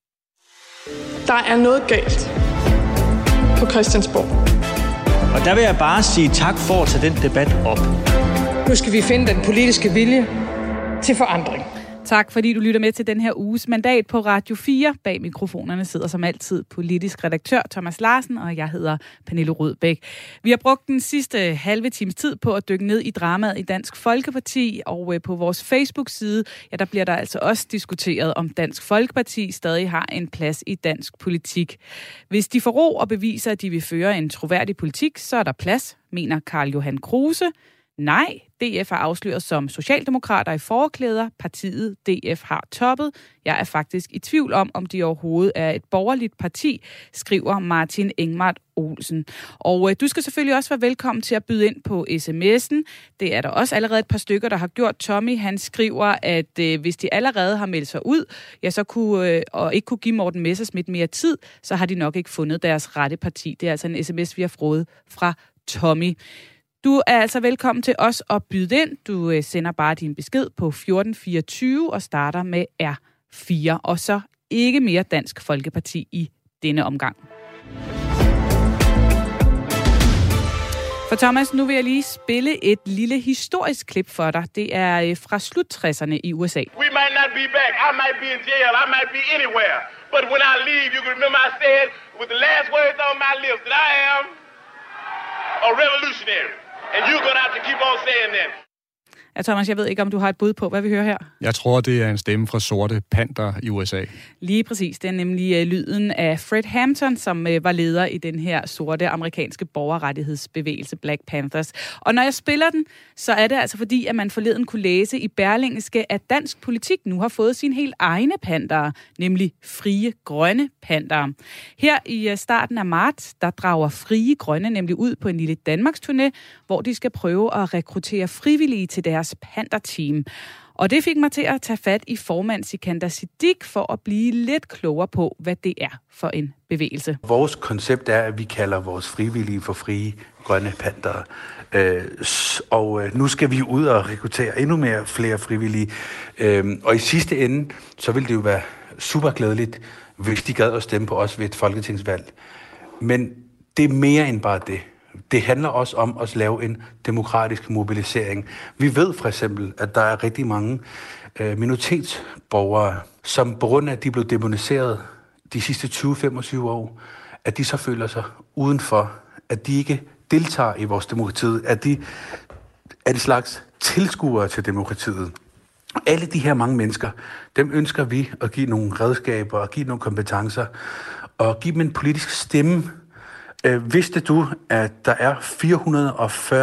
Speaker 14: Der er noget galt på Christiansborg.
Speaker 3: Og der vil jeg bare sige tak for at tage den debat op.
Speaker 1: Nu skal vi finde den politiske vilje til forandring.
Speaker 4: Tak, fordi du lytter med til den her uges mandat på Radio 4. Bag mikrofonerne sidder som altid politisk redaktør Thomas Larsen, og jeg hedder Pernille Rødbæk. Vi har brugt den sidste halve times tid på at dykke ned i dramaet i Dansk Folkeparti, og på vores Facebook-side, der bliver der altså også diskuteret, om Dansk Folkeparti stadig har en plads i dansk politik. Hvis de får ro og beviser, at de vil føre en troværdig politik, så er der plads, mener Karl Johan Kruse. Nej, DF har afsløret som socialdemokrater i forklæder. Partiet DF har toppet. Jeg er faktisk i tvivl om de overhovedet er et borgerligt parti, skriver Martin Engmart Olsen. Og du skal selvfølgelig også være velkommen til at byde ind på sms'en. Det er der også allerede et par stykker, der har gjort. Tommy, han skriver, at hvis de allerede har meldt sig ud, og ikke kunne give Morten Messerschmidt mere tid, så har de nok ikke fundet deres rette parti. Det er altså en sms, vi har fået fra Tommy. Du er altså velkommen til os at byde ind. Du sender bare din besked på 1424 og starter med R4. Og så ikke mere Dansk Folkeparti i denne omgang. For Thomas, nu vil jeg lige spille et lille historisk klip for dig. Det er fra slut-60'erne i USA.
Speaker 15: We might not be back. I might be in jail. I might be anywhere. But when I leave, you can remember I said with the last words on my lips that I am a revolutionary. And you're gonna have to keep on saying that.
Speaker 4: Ja, Thomas, jeg ved ikke, om du har et bud på, hvad vi hører her.
Speaker 7: Jeg tror, det er en stemme fra Sorte Panter i USA.
Speaker 4: Lige præcis. Det er nemlig lyden af Fred Hampton, som var leder i den her sorte amerikanske borgerrettighedsbevægelse Black Panthers. Og når jeg spiller den, så er det altså fordi, at man forleden kunne læse i Berlingske, at dansk politik nu har fået sin helt egne pantere, nemlig Frie Grønne Pantere. Her i starten af marts, der drager Frie Grønne nemlig ud på en lille Danmarksturné, hvor de skal prøve at rekruttere frivillige til deres panterteam. Og det fik mig til at tage fat i formand Sikander Siddique for at blive lidt klogere på, hvad det er for en bevægelse.
Speaker 6: Vores koncept er, at vi kalder vores frivillige for Frie Grønne Pantere. Og nu skal vi ud og rekruttere endnu flere frivillige. Og i sidste ende, så vil det jo være super glædeligt, hvis de gad at stemme på os ved et folketingsvalg. Men det er mere end bare det. Det handler også om at lave en demokratisk mobilisering. Vi ved for eksempel, at der er rigtig mange minoritetsborgere, som på grund af, at de blev demoniseret de sidste 20-25 år, at de så føler sig udenfor, at de ikke deltager i vores demokrati, at de er et slags tilskuere til demokratiet. Alle de her mange mennesker, dem ønsker vi at give nogle redskaber og give nogle kompetencer og give dem en politisk stemme. Vidste du, at der er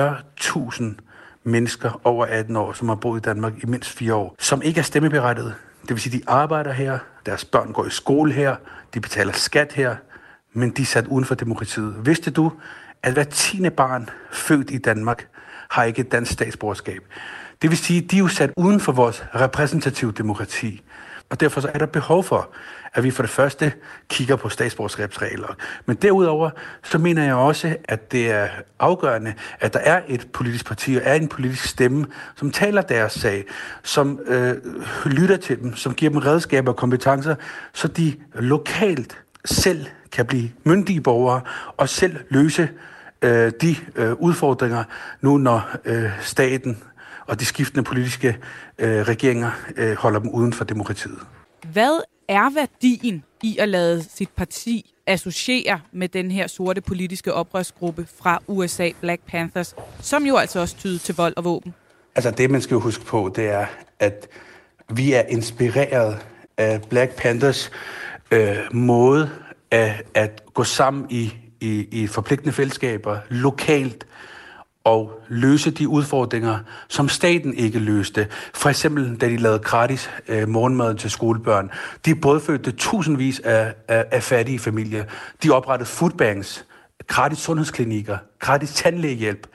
Speaker 6: 440.000 mennesker over 18 år, som har boet i Danmark i mindst 4 år, som ikke er stemmeberettiget? Det vil sige, de arbejder her, deres børn går i skole her, de betaler skat her, men de er sat uden for demokratiet. Vidste du, at hver 10. barn født i Danmark har ikke et dansk statsborgerskab? Det vil sige, at de er jo sat uden for vores repræsentative demokrati. Og derfor så er der behov for, at vi for det første kigger på statsborgerskabsregler. Men derudover, så mener jeg også, at det er afgørende, at der er et politisk parti og er en politisk stemme, som taler deres sag, som lytter til dem, som giver dem redskaber og kompetencer, så de lokalt selv kan blive myndige borgere og selv løse de udfordringer nu, når staten og de skiftende politiske regeringer holder dem uden for demokratiet.
Speaker 4: Hvad er værdien i at lade sit parti associere med den her sorte politiske oprørsgruppe fra USA, Black Panthers, som jo altså også tyder til vold og våben? Altså
Speaker 6: det, man skal jo huske på, det er, at vi er inspireret af Black Panthers måde at gå sammen i forpligtende fællesskaber lokalt og løse de udfordringer, som staten ikke løste. For eksempel, da de lavede gratis morgenmad til skolebørn. De brødfødte tusindvis af fattige familier. De oprettede foodbanks, gratis sundhedsklinikker, gratis tandlægehjælp.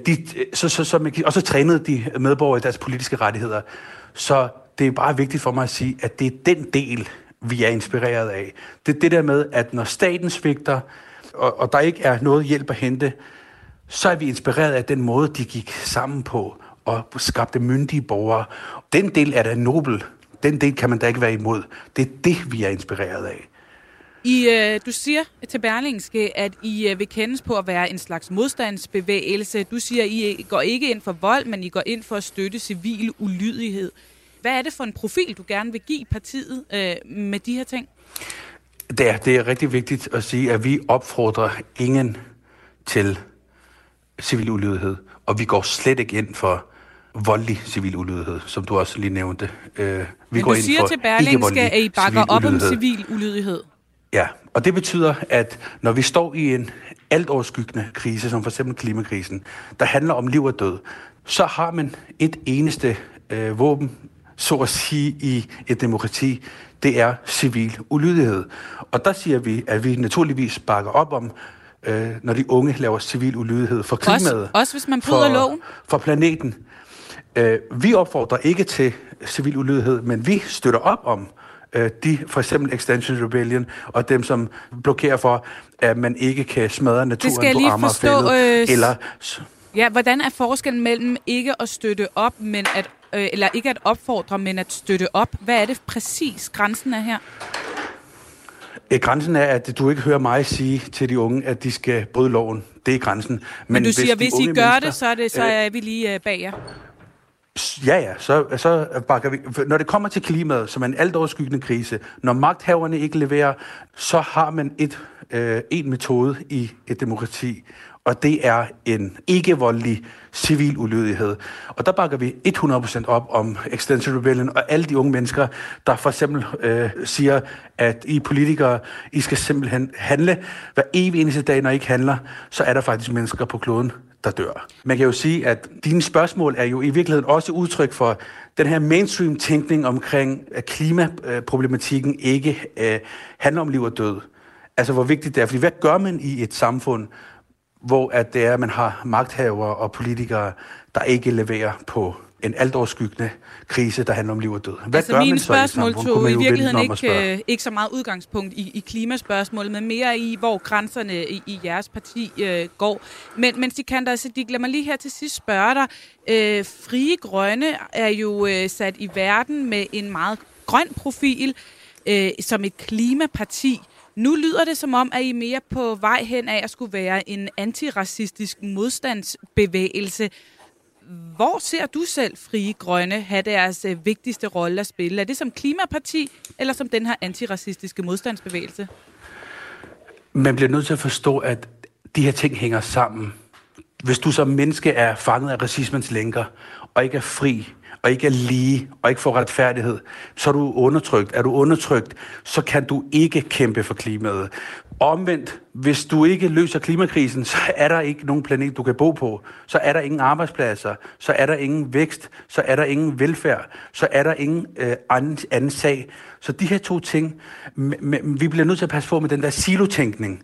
Speaker 6: Og så trænede de medborgere i deres politiske rettigheder. Så det er bare vigtigt for mig at sige, at det er den del, vi er inspireret af. Det er det der med, at når staten svigter, og der ikke er noget hjælp at hente, så er vi inspireret af den måde, de gik sammen på og skabte myndige borgere. Den del er da nobel. Den del kan man da ikke være imod. Det er det, vi er inspireret af.
Speaker 4: Du siger til Berlingske, at I vil kendes på at være en slags modstandsbevægelse. Du siger, at I går ikke ind for vold, men I går ind for at støtte civil ulydighed. Hvad er det for en profil, du gerne vil give partiet med de her ting?
Speaker 6: Det er rigtig vigtigt at sige, at vi opfordrer ingen til civil ulydighed, og vi går slet ikke ind for voldelig civil ulydighed, som du også lige nævnte.
Speaker 4: Men du siger til Berlingske, at I bakker op om civil ulydighed.
Speaker 6: Ja, og det betyder, at når vi står i en altoverskyggende krise, som for eksempel klimakrisen, der handler om liv og død, så har man et eneste våben, så at sige, i et demokrati, det er civil ulydighed. Og der siger vi, at vi naturligvis bakker op om, når de unge laver civil ulydighed for klimaet.
Speaker 4: Også hvis man bryder loven?
Speaker 6: For planeten. Vi opfordrer ikke til civil ulydighed, men vi støtter op om de, for eksempel Extinction Rebellion, og dem, som blokerer for, at man ikke kan smadre naturen på Amagerfældet.
Speaker 4: Ja, hvordan er forskellen mellem ikke at støtte op, men eller ikke at opfordre, men at støtte op? Hvad er det præcis, grænsen er her?
Speaker 6: Grænsen er, at du ikke hører mig sige til de unge, at de skal bryde loven. Det er grænsen.
Speaker 4: Men du siger, hvis I gør det, så er vi lige bag jer.
Speaker 6: Ja, så bakker vi. Når det kommer til klimaet, som er en altoverskyggende krise, når magthaverne ikke leverer, så har man en metode i et demokrati, og det er en ikke-voldelig civil ulydighed. Og der bakker vi 100% op om Extinction Rebellion og alle de unge mennesker, der for eksempel siger, at I politikere, I skal simpelthen handle. Hver evig eneste dag, når I ikke handler, så er der faktisk mennesker på kloden, der dør. Man kan jo sige, at dine spørgsmål er jo i virkeligheden også udtryk for den her mainstream-tænkning omkring, at klimaproblematikken ikke handler om liv og død. Altså, hvor vigtigt det er. Fordi hvad gør man i et samfund, hvor at det er, at man har magthavere og politikere, der ikke leverer på en altoverskyggende krise, der handler om liv og død? Hvad gør man så i et samfund?
Speaker 4: Tog i virkeligheden ikke så meget udgangspunkt i klimaspørgsmålet, men mere i, hvor grænserne i jeres parti går. Men Sikander Siddique, lad mig lige her til sidst spørge dig. Frie Grønne er jo sat i verden med en meget grøn profil som et klimaparti. Nu lyder det som om, at I er mere på vej hen af at skulle være en antiracistisk modstandsbevægelse. Hvor ser du selv Frie Grønne have deres vigtigste rolle at spille? Er det som klimaparti, eller som den her antiracistiske modstandsbevægelse?
Speaker 6: Man bliver nødt til at forstå, at de her ting hænger sammen. Hvis du som menneske er fanget af racismens lænker, og ikke er fri, og ikke er lige, og ikke får retfærdighed, så er du undertrykt. Er du undertrykt, så kan du ikke kæmpe for klimaet. Omvendt, hvis du ikke løser klimakrisen, så er der ikke nogen planet, du kan bo på. Så er der ingen arbejdspladser, så er der ingen vækst, så er der ingen velfærd, så er der ingen anden sag. Så de her to ting, vi bliver nødt til at passe på med den der silotænkning.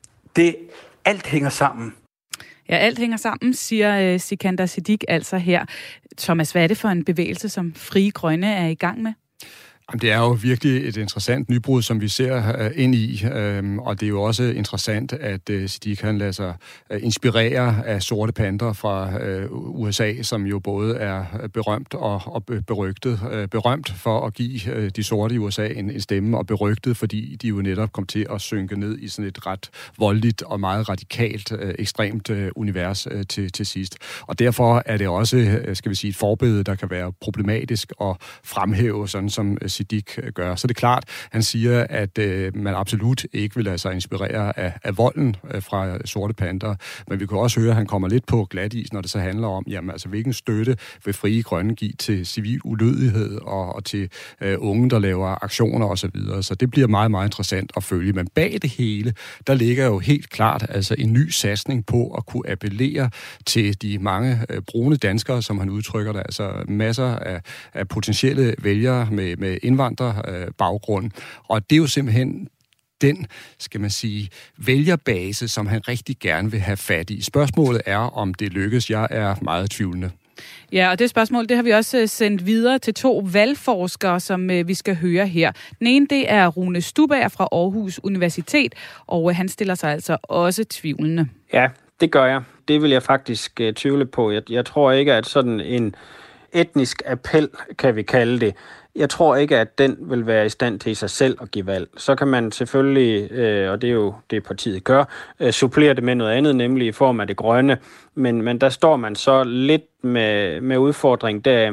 Speaker 6: Alt hænger sammen.
Speaker 4: Ja, alt hænger sammen, siger Sikander Siddique altså her. Thomas, hvad er det for en bevægelse, som Frie Grønne er i gang med?
Speaker 7: Det er jo virkelig et interessant nybrud, som vi ser ind i, og det er jo også interessant, at Siddique kan lade sig inspirere af sorte panter fra USA, som jo både er berømt og berygtet. Berømt for at give de sorte i USA en stemme, og berygtet, fordi de jo netop kom til at synke ned i sådan et ret voldeligt og meget radikalt, ekstremt univers til sidst. Og derfor er det også, skal vi sige, et forbillede, der kan være problematisk at fremhæve, sådan som Siddique gør. Så det er klart, han siger, at man absolut ikke vil lade sig inspirere af volden fra sorte panter, men vi kan også høre, at han kommer lidt på glatis, når det så handler om, jamen, altså, hvilken støtte vil Frie Grønne give til civil ulydighed og til unge, der laver aktioner osv. Så det bliver meget, meget interessant at følge. Men bag det hele, der ligger jo helt klart altså en ny satsning på at kunne appellere til de mange brune danskere, som han udtrykker det, altså masser af potentielle vælgere med indvandrerbaggrund. Og det er jo simpelthen den, skal man sige, vælgerbase, som han rigtig gerne vil have fat i. Spørgsmålet er, om det lykkes. Jeg er meget tvivlende.
Speaker 4: Ja, og det spørgsmål, det har vi også sendt videre til 2 valgforskere, som vi skal høre her. Den ene, det er Rune Stubager fra Aarhus Universitet, og han stiller sig altså også tvivlende.
Speaker 16: Ja, det gør jeg. Det vil jeg faktisk tvivle på. Jeg tror ikke, at sådan en etnisk appel, kan vi kalde det, jeg tror ikke, at den vil være i stand til i sig selv at give valg. Så kan man selvfølgelig, og det er jo det partiet gør, supplere det med noget andet, nemlig i form af det grønne. Men der står man så lidt med udfordring der,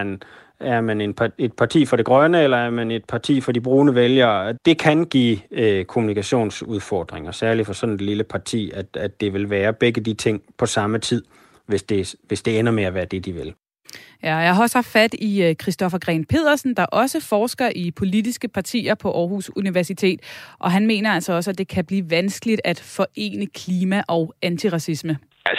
Speaker 16: er man et parti for det grønne, eller er man et parti for de brune vælgere? Det kan give kommunikationsudfordringer, særligt for sådan et lille parti, at det vil være begge de ting på samme tid, hvis det ender med at være det, de vil.
Speaker 4: Ja, jeg har også haft fat i Christoffer Gren Pedersen, der også forsker i politiske partier på Aarhus Universitet, og han mener altså også, at det kan blive vanskeligt at forene klima og antiracisme.
Speaker 17: Altså,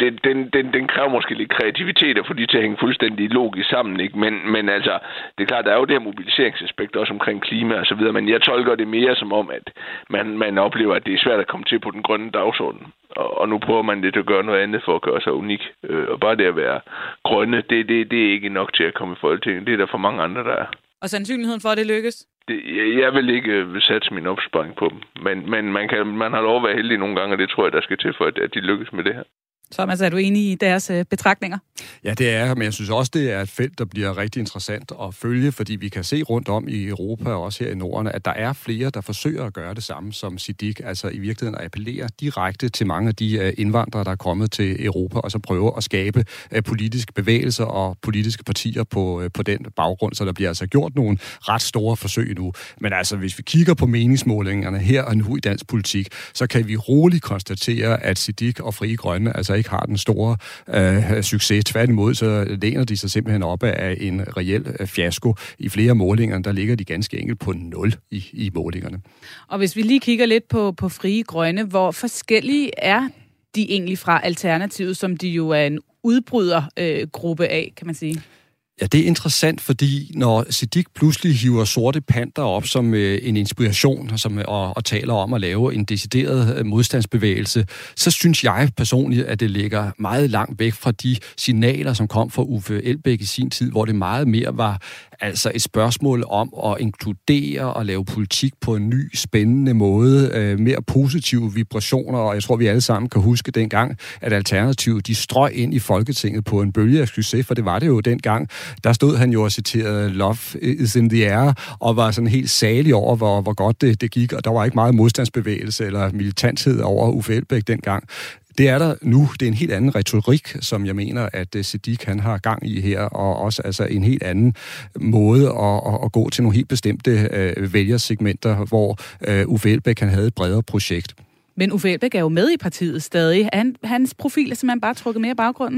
Speaker 17: den kræver måske lidt kreativitet at få de til at hænge fuldstændig logisk sammen, ikke? Men altså, det er klart, der er jo det her mobiliseringsaspekt også omkring klima og så videre, men jeg tolker det mere som om, at man oplever, at det er svært at komme til på den grønne dagsorden. Og nu prøver man lidt at gøre noget andet for at gøre sig unik. Og bare det at være grønne, det er ikke nok til at komme i Folketinget. Det er der for mange andre, der er.
Speaker 4: Og sandsynligheden for, at det lykkes?
Speaker 17: Jeg vil ikke satse min opsparing på dem. Men man har lov at være heldig nogle gange, og det tror jeg, der skal til for, at de lykkes med det her.
Speaker 4: Thomas, er du enig i deres betragtninger?
Speaker 7: Ja, det er, men jeg synes også, det er et felt, der bliver rigtig interessant at følge, fordi vi kan se rundt om i Europa og også her i Norden, at der er flere, der forsøger at gøre det samme som Siddique, altså i virkeligheden at appellere direkte til mange af de indvandrere, der er kommet til Europa, og så prøve at skabe politiske bevægelser og politiske partier på den baggrund, så der bliver altså gjort nogle ret store forsøg nu. Men altså, hvis vi kigger på meningsmålingerne her og nu i dansk politik, så kan vi roligt konstatere, at Siddique og Frie Grønne altså ikke har den store succes. Tværtimod, så læner de sig simpelthen op af en reel fiasko. I flere målinger, der ligger de ganske enkelt på 0 i målingerne. Og
Speaker 4: hvis vi lige kigger lidt på Frie Grønne, hvor forskellige er de egentlig fra Alternativet, som de jo er en udbrydergruppe af, kan man sige?
Speaker 7: Ja, det er interessant, fordi når Siddique pludselig hiver sorte panter op som en inspiration og taler om at lave en decideret modstandsbevægelse, så synes jeg personligt, at det ligger meget langt væk fra de signaler, som kom fra Uffe Elbæk i sin tid, hvor det meget mere var altså et spørgsmål om at inkludere og lave politik på en ny, spændende måde, mere positive vibrationer, og jeg tror, vi alle sammen kan huske dengang, at Alternativet, de strøg ind i Folketinget på en bølge af succes, for det var det jo dengang. Der stod han jo og citerede Love is in the air, og var sådan helt salig over, hvor godt det gik, og der var ikke meget modstandsbevægelse eller militanthed over Uffe Elbæk dengang. Det er der nu. Det er en helt anden retorik, som jeg mener, at Siddique han har gang i her, og også altså en helt anden måde at gå til nogle helt bestemte vælgersegmenter, hvor Uffe Elbæk han havde et bredere projekt.
Speaker 4: Men Uffe Elbæk er jo med i partiet stadig. Hans profil er simpelthen bare trukket mere i baggrunden?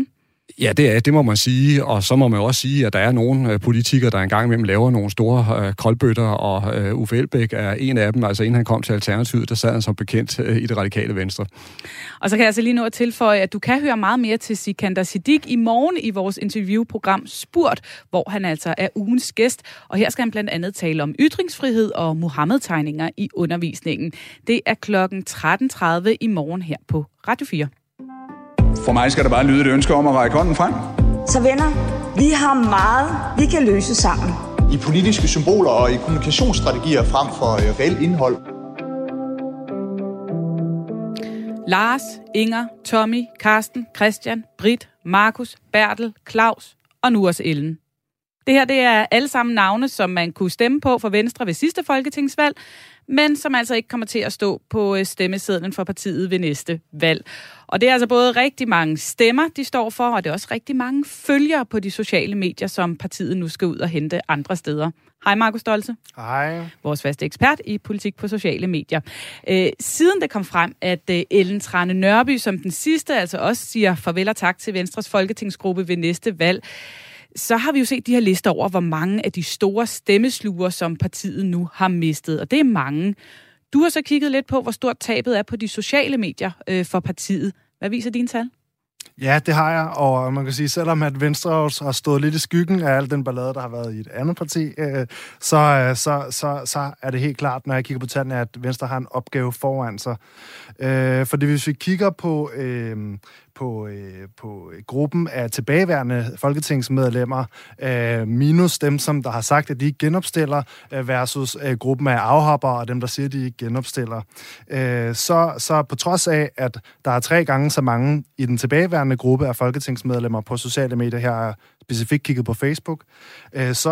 Speaker 7: Ja, det må man sige, og så må man også sige, at der er nogle politikere, der engang imellem laver nogle store koldbøtter, og Uffe Elbæk er en af dem. Altså inden han kom til Alternativet, der sad han som bekendt i det radikale Venstre. Og
Speaker 4: så kan jeg altså lige nå at tilføje, at du kan høre meget mere til Sikander Siddique i morgen i vores interviewprogram Spurt, hvor han altså er ugens gæst, og her skal han blandt andet tale om ytringsfrihed og Muhammed-tegninger i undervisningen. Det er klokken 13.30 i morgen her på Radio 4.
Speaker 2: For mig skal der bare lyde et ønske om at række hånden frem.
Speaker 18: Så venner, vi har meget, vi kan løse sammen.
Speaker 19: I politiske symboler og i kommunikationsstrategier frem for reelt indhold.
Speaker 4: Lars, Inger, Tommy, Karsten, Christian, Britt, Markus, Bertel, Claus og nu også Ellen. Det her, det er alle sammen navne, som man kunne stemme på for Venstre ved sidste folketingsvalg, men som altså ikke kommer til at stå på stemmesedlen for partiet ved næste valg. Og det er altså både rigtig mange stemmer, de står for, og det er også rigtig mange følgere på de sociale medier, som partiet nu skal ud og hente andre steder. Hej Markus Stolze.
Speaker 20: Hej.
Speaker 4: Vores faste ekspert i politik på sociale medier. Siden det kom frem, at Ellen Trane Nørby som den sidste altså også siger farvel og tak til Venstres folketingsgruppe ved næste valg, så har vi jo set de her lister over, hvor mange af de store stemmesluger, som partiet nu har mistet. Og det er mange. Du har så kigget lidt på, hvor stort tabet er på de sociale medier for partiet. Hvad viser dine tal?
Speaker 20: Ja, det har jeg, og man kan sige, selvom at Venstre har stået lidt i skyggen af al den ballade, der har været i et andet parti, så er det helt klart, når jeg kigger på tallene, at Venstre har en opgave foran sig. Fordi hvis vi kigger på gruppen af tilbageværende folketingsmedlemmer, minus dem, som der har sagt, at de ikke genopstiller, versus gruppen af afhoppere og dem, der siger, at de ikke genopstiller. Så på trods af, at der er 3 gange så mange i den tilbageværende gruppe af folketingsmedlemmer på sociale medier, her specifikt kigget på Facebook, så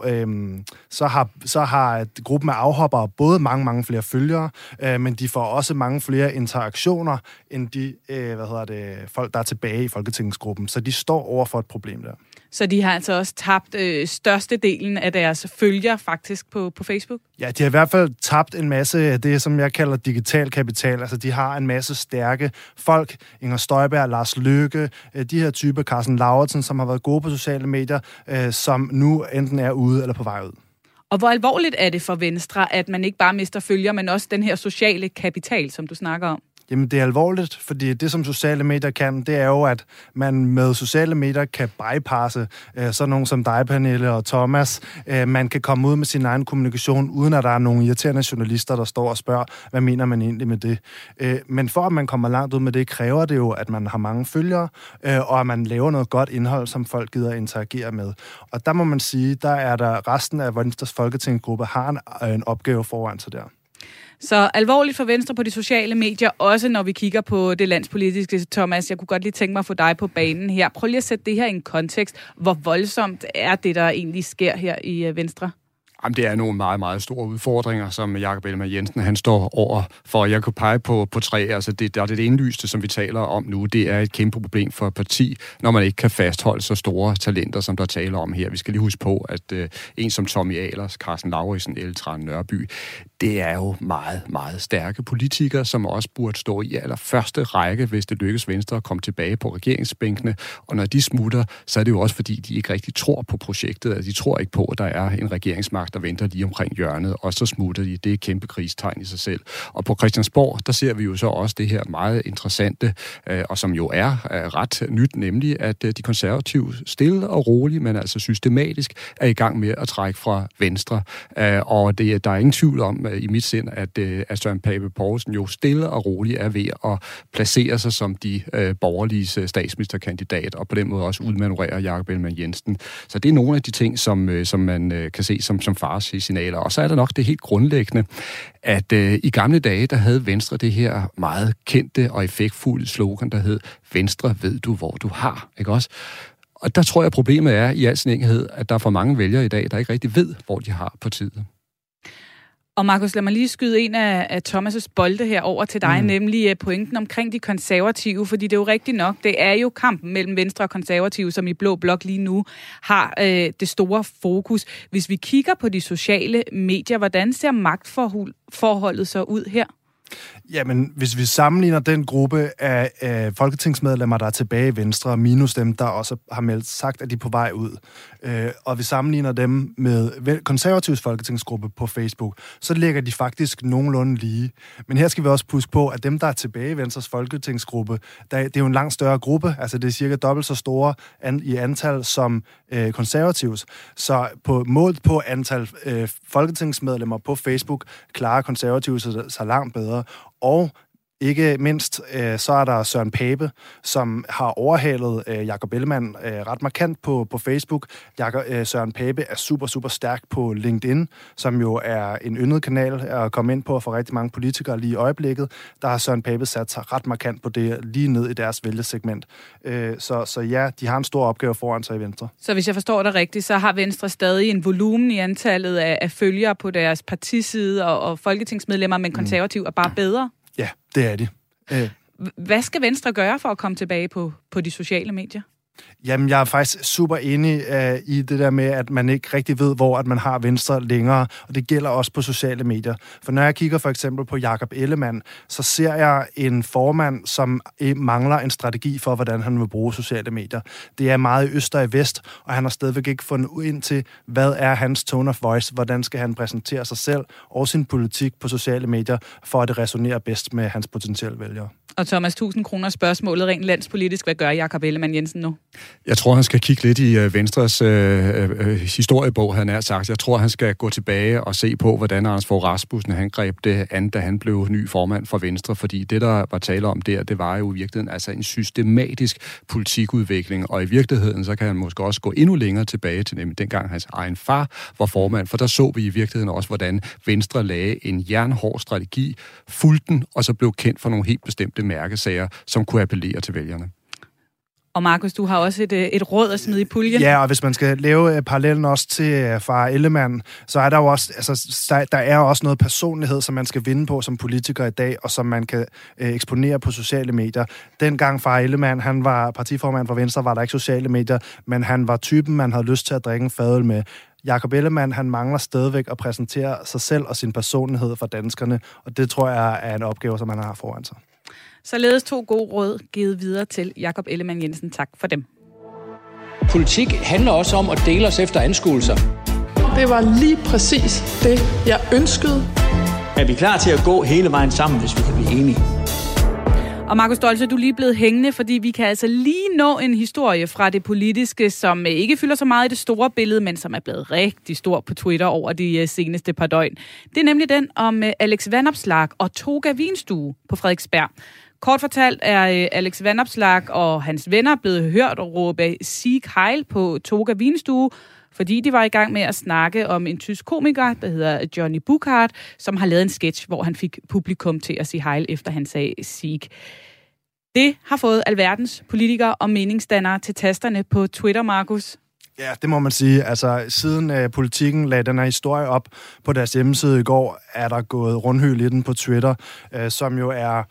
Speaker 20: har gruppen af afhoppere både mange flere følgere, men de får også mange flere interaktioner end de folk, der er tilbage i folketingsgruppen. Så de står over for et problem der.
Speaker 4: Så de har altså også tabt størstedelen af deres følgere faktisk på Facebook?
Speaker 20: Ja, de har i hvert fald tabt en masse af det, som jeg kalder digital kapital. Altså, de har en masse stærke folk. Inger Støjberg, Lars Løkke, de her typer, Carsten Lauritsen, som har været gode på sociale medier, som nu enten er ude eller på vej ud.
Speaker 4: Og hvor alvorligt er det for Venstre, at man ikke bare mister følgere, men også den her sociale kapital, som du snakker om?
Speaker 20: Jamen, det er alvorligt, fordi det, som sociale medier kan, det er jo, at man med sociale medier kan bypasse sådan nogen som dig, Pernille og Thomas. Man kan komme ud med sin egen kommunikation, uden at der er nogle irriterende journalister, der står og spørger, hvad mener man egentlig med det? Men for at man kommer langt ud med det, kræver det jo, at man har mange følgere, og at man laver noget godt indhold, som folk gider at interagere med. Og der må man sige, der er der resten af Venstres folketingsgruppe har en opgave foran sig der.
Speaker 4: Så alvorligt for Venstre på de sociale medier, også når vi kigger på det landspolitiske. Thomas, jeg kunne godt lige tænke mig at få dig på banen her. Prøv lige at sætte det her i en kontekst. Hvor voldsomt er det, der egentlig sker her i Venstre?
Speaker 7: Jamen, det er nogle meget, meget store udfordringer, som Jakob Ellemann-Jensen han står over for. Jeg kunne pege på 3. Altså, det indlysende, som vi taler om nu, det er et kæmpe problem for et parti, når man ikke kan fastholde så store talenter, som der taler om her. Vi skal lige huske på, at en som Tommy Ahlers, Carsten Lauritsen, Ellen Trane Nørby, det er jo meget, meget stærke politikere, som også burde stå i allerførste række, hvis det lykkes Venstre at komme tilbage på regeringsbænkene. Og når de smutter, så er det jo også, fordi de ikke rigtig tror på projektet. Altså, de tror ikke på, at der er en regeringsmagt, der venter lige omkring hjørnet, og så smutter de. Det er et kæmpe krigstegn i sig selv. Og på Christiansborg, der ser vi jo så også det her meget interessante, og som jo er ret nyt, nemlig at de konservative stille og roligt, men altså systematisk, er i gang med at trække fra Venstre. Og der er ingen tvivl om i mit sind, at Søren Pape Poulsen jo stille og roligt er ved at placere sig som de borgerlige statsministerkandidat, og på den måde også udmanøvrere Jakob Ellemann-Jensen. Så det er nogle af de ting, som man kan se som faresignaler. Og så er der nok det helt grundlæggende, at i gamle dage, der havde Venstre det her meget kendte og effektfulde slogan, der hed, Venstre ved du, hvor du har. Ikke også? Og der tror jeg, problemet er i al sin enkelhed, at der er for mange vælgere i dag, der ikke rigtig ved, hvor de har partiet.
Speaker 4: Og Markus, lad mig lige skyde en af Thomas' bolde her over til dig, nemlig pointen omkring de konservative, fordi det er jo rigtigt nok, det er jo kampen mellem Venstre og konservative, som i Blå Blok lige nu har det store fokus. Hvis vi kigger på de sociale medier, hvordan ser magtforholdet så ud her?
Speaker 20: Jamen, hvis vi sammenligner den gruppe af folketingsmedlemmer, der er tilbage i Venstre, minus dem, der også har meldt sagt, at de er på vej ud, og vi sammenligner dem med konservativs folketingsgruppe på Facebook, så ligger de faktisk nogenlunde lige. Men her skal vi også huske på, at dem, der er tilbage i Venstres folketingsgruppe, det er jo en langt større gruppe, altså det er cirka dobbelt så store i antal som konservativs. Så målt på antal folketingsmedlemmer på Facebook, klarer konservative sig langt bedre. Og ikke mindst, så er der Søren Pape, som har overhalet Jakob Ellemann ret markant på Facebook. Søren Pape er super, super stærk på LinkedIn, som jo er en yndet kanal at komme ind på for rigtig mange politikere lige i øjeblikket. Der har Søren Pape sat sig ret markant på det, lige ned i deres vælgesegment. Så ja, de har en stor opgave foran sig i Venstre. Så
Speaker 4: hvis jeg forstår det rigtigt, så har Venstre stadig en volumen i antallet af følgere på deres partiside og folketingsmedlemmer, men konservativ er bare bedre?
Speaker 20: Ja, det er de.
Speaker 4: Hvad skal Venstre gøre for at komme tilbage på de sociale medier?
Speaker 20: Jamen, jeg er faktisk super enig i det der med, at man ikke rigtig ved, hvor at man har Venstre længere, og det gælder også på sociale medier. For når jeg kigger for eksempel på Jakob Ellemann, så ser jeg en formand, som mangler en strategi for, hvordan han vil bruge sociale medier. Det er meget i øst og i vest, og han har stadigvæk ikke fundet ind til, hvad er hans tone of voice, hvordan skal han præsentere sig selv og sin politik på sociale medier, for at det resonerer bedst med hans potentielle vælgere.
Speaker 4: Og Thomas, 1000 kroner spørgsmålet rent landspolitisk. Hvad gør Jakob Ellemann Jensen nu?
Speaker 7: Jeg tror, han skal kigge lidt i Venstres historiebog, han har sagt. Jeg tror, han skal gå tilbage og se på, hvordan Anders Fogh Rasmussen han greb det an, da han blev ny formand for Venstre. Fordi det, der var tale om der, det var jo i virkeligheden altså en systematisk politikudvikling. Og i virkeligheden, så kan han måske også gå endnu længere tilbage til nemlig dengang hans egen far var formand. For der så vi i virkeligheden også, hvordan Venstre lagde en jernhård strategi, fulgte den, og så blev kendt for nogle helt bestemte mærkesager, som kunne appellere til vælgerne.
Speaker 4: Og Markus, du har også et råd at smide i puljen.
Speaker 20: Ja, og hvis man skal lave parallellen også til far Ellemann, så er der jo også, der er også noget personlighed, som man skal vinde på som politiker i dag, og som man kan eksponere på sociale medier. Dengang far Ellemann, han var partiformand for Venstre, var der ikke sociale medier, men han var typen, man havde lyst til at drikke en fadøl med. Jakob Ellemann, han mangler stadigvæk at præsentere sig selv og sin personlighed for danskerne, og det tror jeg er en opgave, som han har foran sig.
Speaker 4: Således 2 gode råd givet videre til Jakob Ellemann Jensen. Tak for dem.
Speaker 12: Politik handler også om at dele os efter anskuelser.
Speaker 14: Det var lige præcis det, jeg ønskede.
Speaker 3: Er vi klar til at gå hele vejen sammen, hvis vi kan blive enige?
Speaker 4: Og Markus Stolze, du er lige blevet hængende, fordi vi kan altså lige nå en historie fra det politiske, som ikke fylder så meget i det store billede, men som er blevet rigtig stor på Twitter over de seneste par døgn. Det er nemlig den om Alex Vanopslagh og Toga Vinstue på Frederiksberg. Kort fortalt er Alex Vanopslagh og hans venner blevet hørt og råbe Sieg Heil på Toga Vinstue, fordi de var i gang med at snakke om en tysk komiker, der hedder Johnny Burkhardt, som har lavet en sketch, hvor han fik publikum til at sige Heil, efter han sagde Sieg. Det har fået alverdens politikere og meningsdannere til tasterne på Twitter, Markus.
Speaker 20: Ja, det må man sige. Altså, siden Politikken lagde den her historie op på deres hjemmeside i går, er der gået rundhyl i den på Twitter, som jo er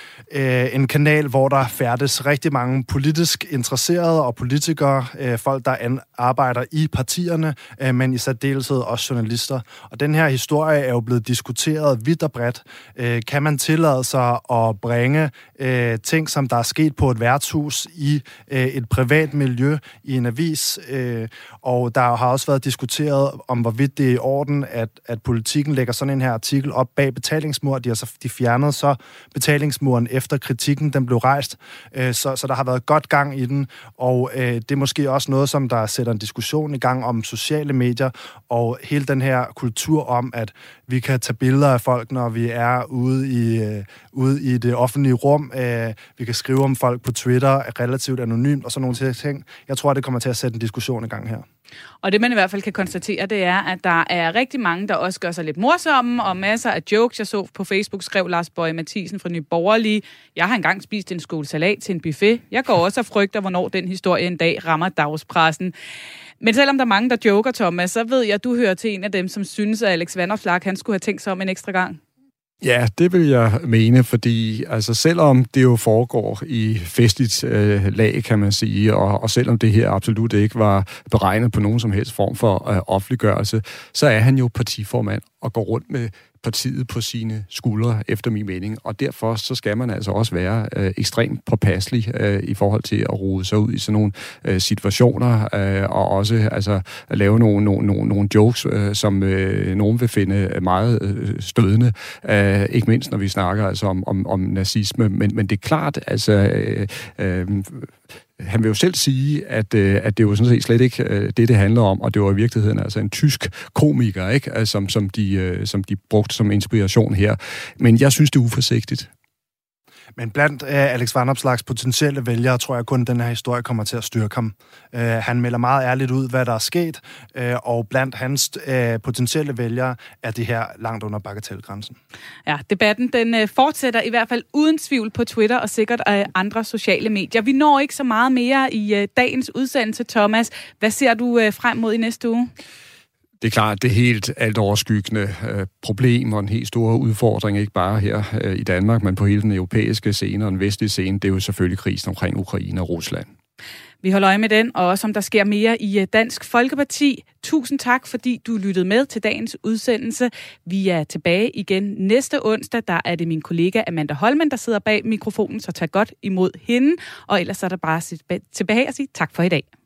Speaker 20: en kanal, hvor der færdes rigtig mange politisk interesserede og politikere, folk, der arbejder i partierne, men i særdeleshed også journalister. Og den her historie er jo blevet diskuteret vidt og bredt. Kan man tillade sig at bringe ting, som der er sket på et værtshus i et privat miljø, i en avis? Og der har også været diskuteret om, hvorvidt det er i orden, at Politikken lægger sådan en her artikel op bag betalingsmur. De fjernede så betalingsmuren efter kritikken, den blev rejst. Så der har været godt gang i den, og det er måske også noget, som der sætter en diskussion i gang om sociale medier, og hele den her kultur om, at vi kan tage billeder af folk, når vi er ude i det offentlige rum. Vi kan skrive om folk på Twitter relativt anonymt, og sådan nogle ting. Jeg tror, det kommer til at sætte en diskussion i gang her.
Speaker 4: Og det, man i hvert fald kan konstatere, det er, at der er rigtig mange, der også gør sig lidt morsomme, og masser af jokes. Jeg så på Facebook, skrev Lars Boje Mathiesen fra Nye Borgerlige: jeg har engang spist en skål salat til en buffet. Jeg går også og frygter, hvornår den historie en dag rammer dagspressen. Men selvom der er mange, der joker, Thomas, så ved jeg, at du hører til en af dem, som synes, at Alex Vanopslagh, han skulle have tænkt sig om en ekstra gang.
Speaker 7: Ja, det vil jeg mene, fordi altså, selvom det jo foregår i festligt lag, kan man sige, og selvom det her absolut ikke var beregnet på nogen som helst form for offentliggørelse, så er han jo partiformand. at gå rundt med partiet på sine skuldre, efter min mening. Og derfor så skal man altså også være ekstremt påpasselig i forhold til at rode sig ud i sådan nogle situationer, og også altså lave nogle jokes, som nogen vil finde meget stødende, ikke mindst når vi snakker altså om nazisme. Men det er klart, altså han vil jo selv sige, at det jo sådan set slet ikke det handler om, og det var i virkeligheden altså en tysk komiker, ikke? Altså, som de brugte som inspiration her. Men jeg synes, det er uforsigtigt.
Speaker 20: Men blandt Alex Vanopslaghs potentielle vælgere, tror jeg kun, at den her historie kommer til at styrke ham. Han melder meget ærligt ud, hvad der er sket, og blandt hans potentielle vælgere er det her langt under bagatelgrænsen. Ja,
Speaker 4: debatten den fortsætter i hvert fald uden tvivl på Twitter og sikkert andre sociale medier. Vi når ikke så meget mere i dagens udsendelse, Thomas. Hvad ser du frem mod i næste uge?
Speaker 7: Det er klart, det er helt alt overskyggende problem og en helt store udfordring, ikke bare her i Danmark, men på hele den europæiske scene og den vestlige scene. Det er jo selvfølgelig krisen omkring Ukraine og Rusland.
Speaker 4: Vi holder øje med den, og også om der sker mere i Dansk Folkeparti. Tusind tak, fordi du lyttede med til dagens udsendelse. Vi er tilbage igen næste onsdag. Der er det min kollega Amanda Holmen, der sidder bag mikrofonen, så tag godt imod hende. Og ellers er der bare tilbage at sige tak for i dag.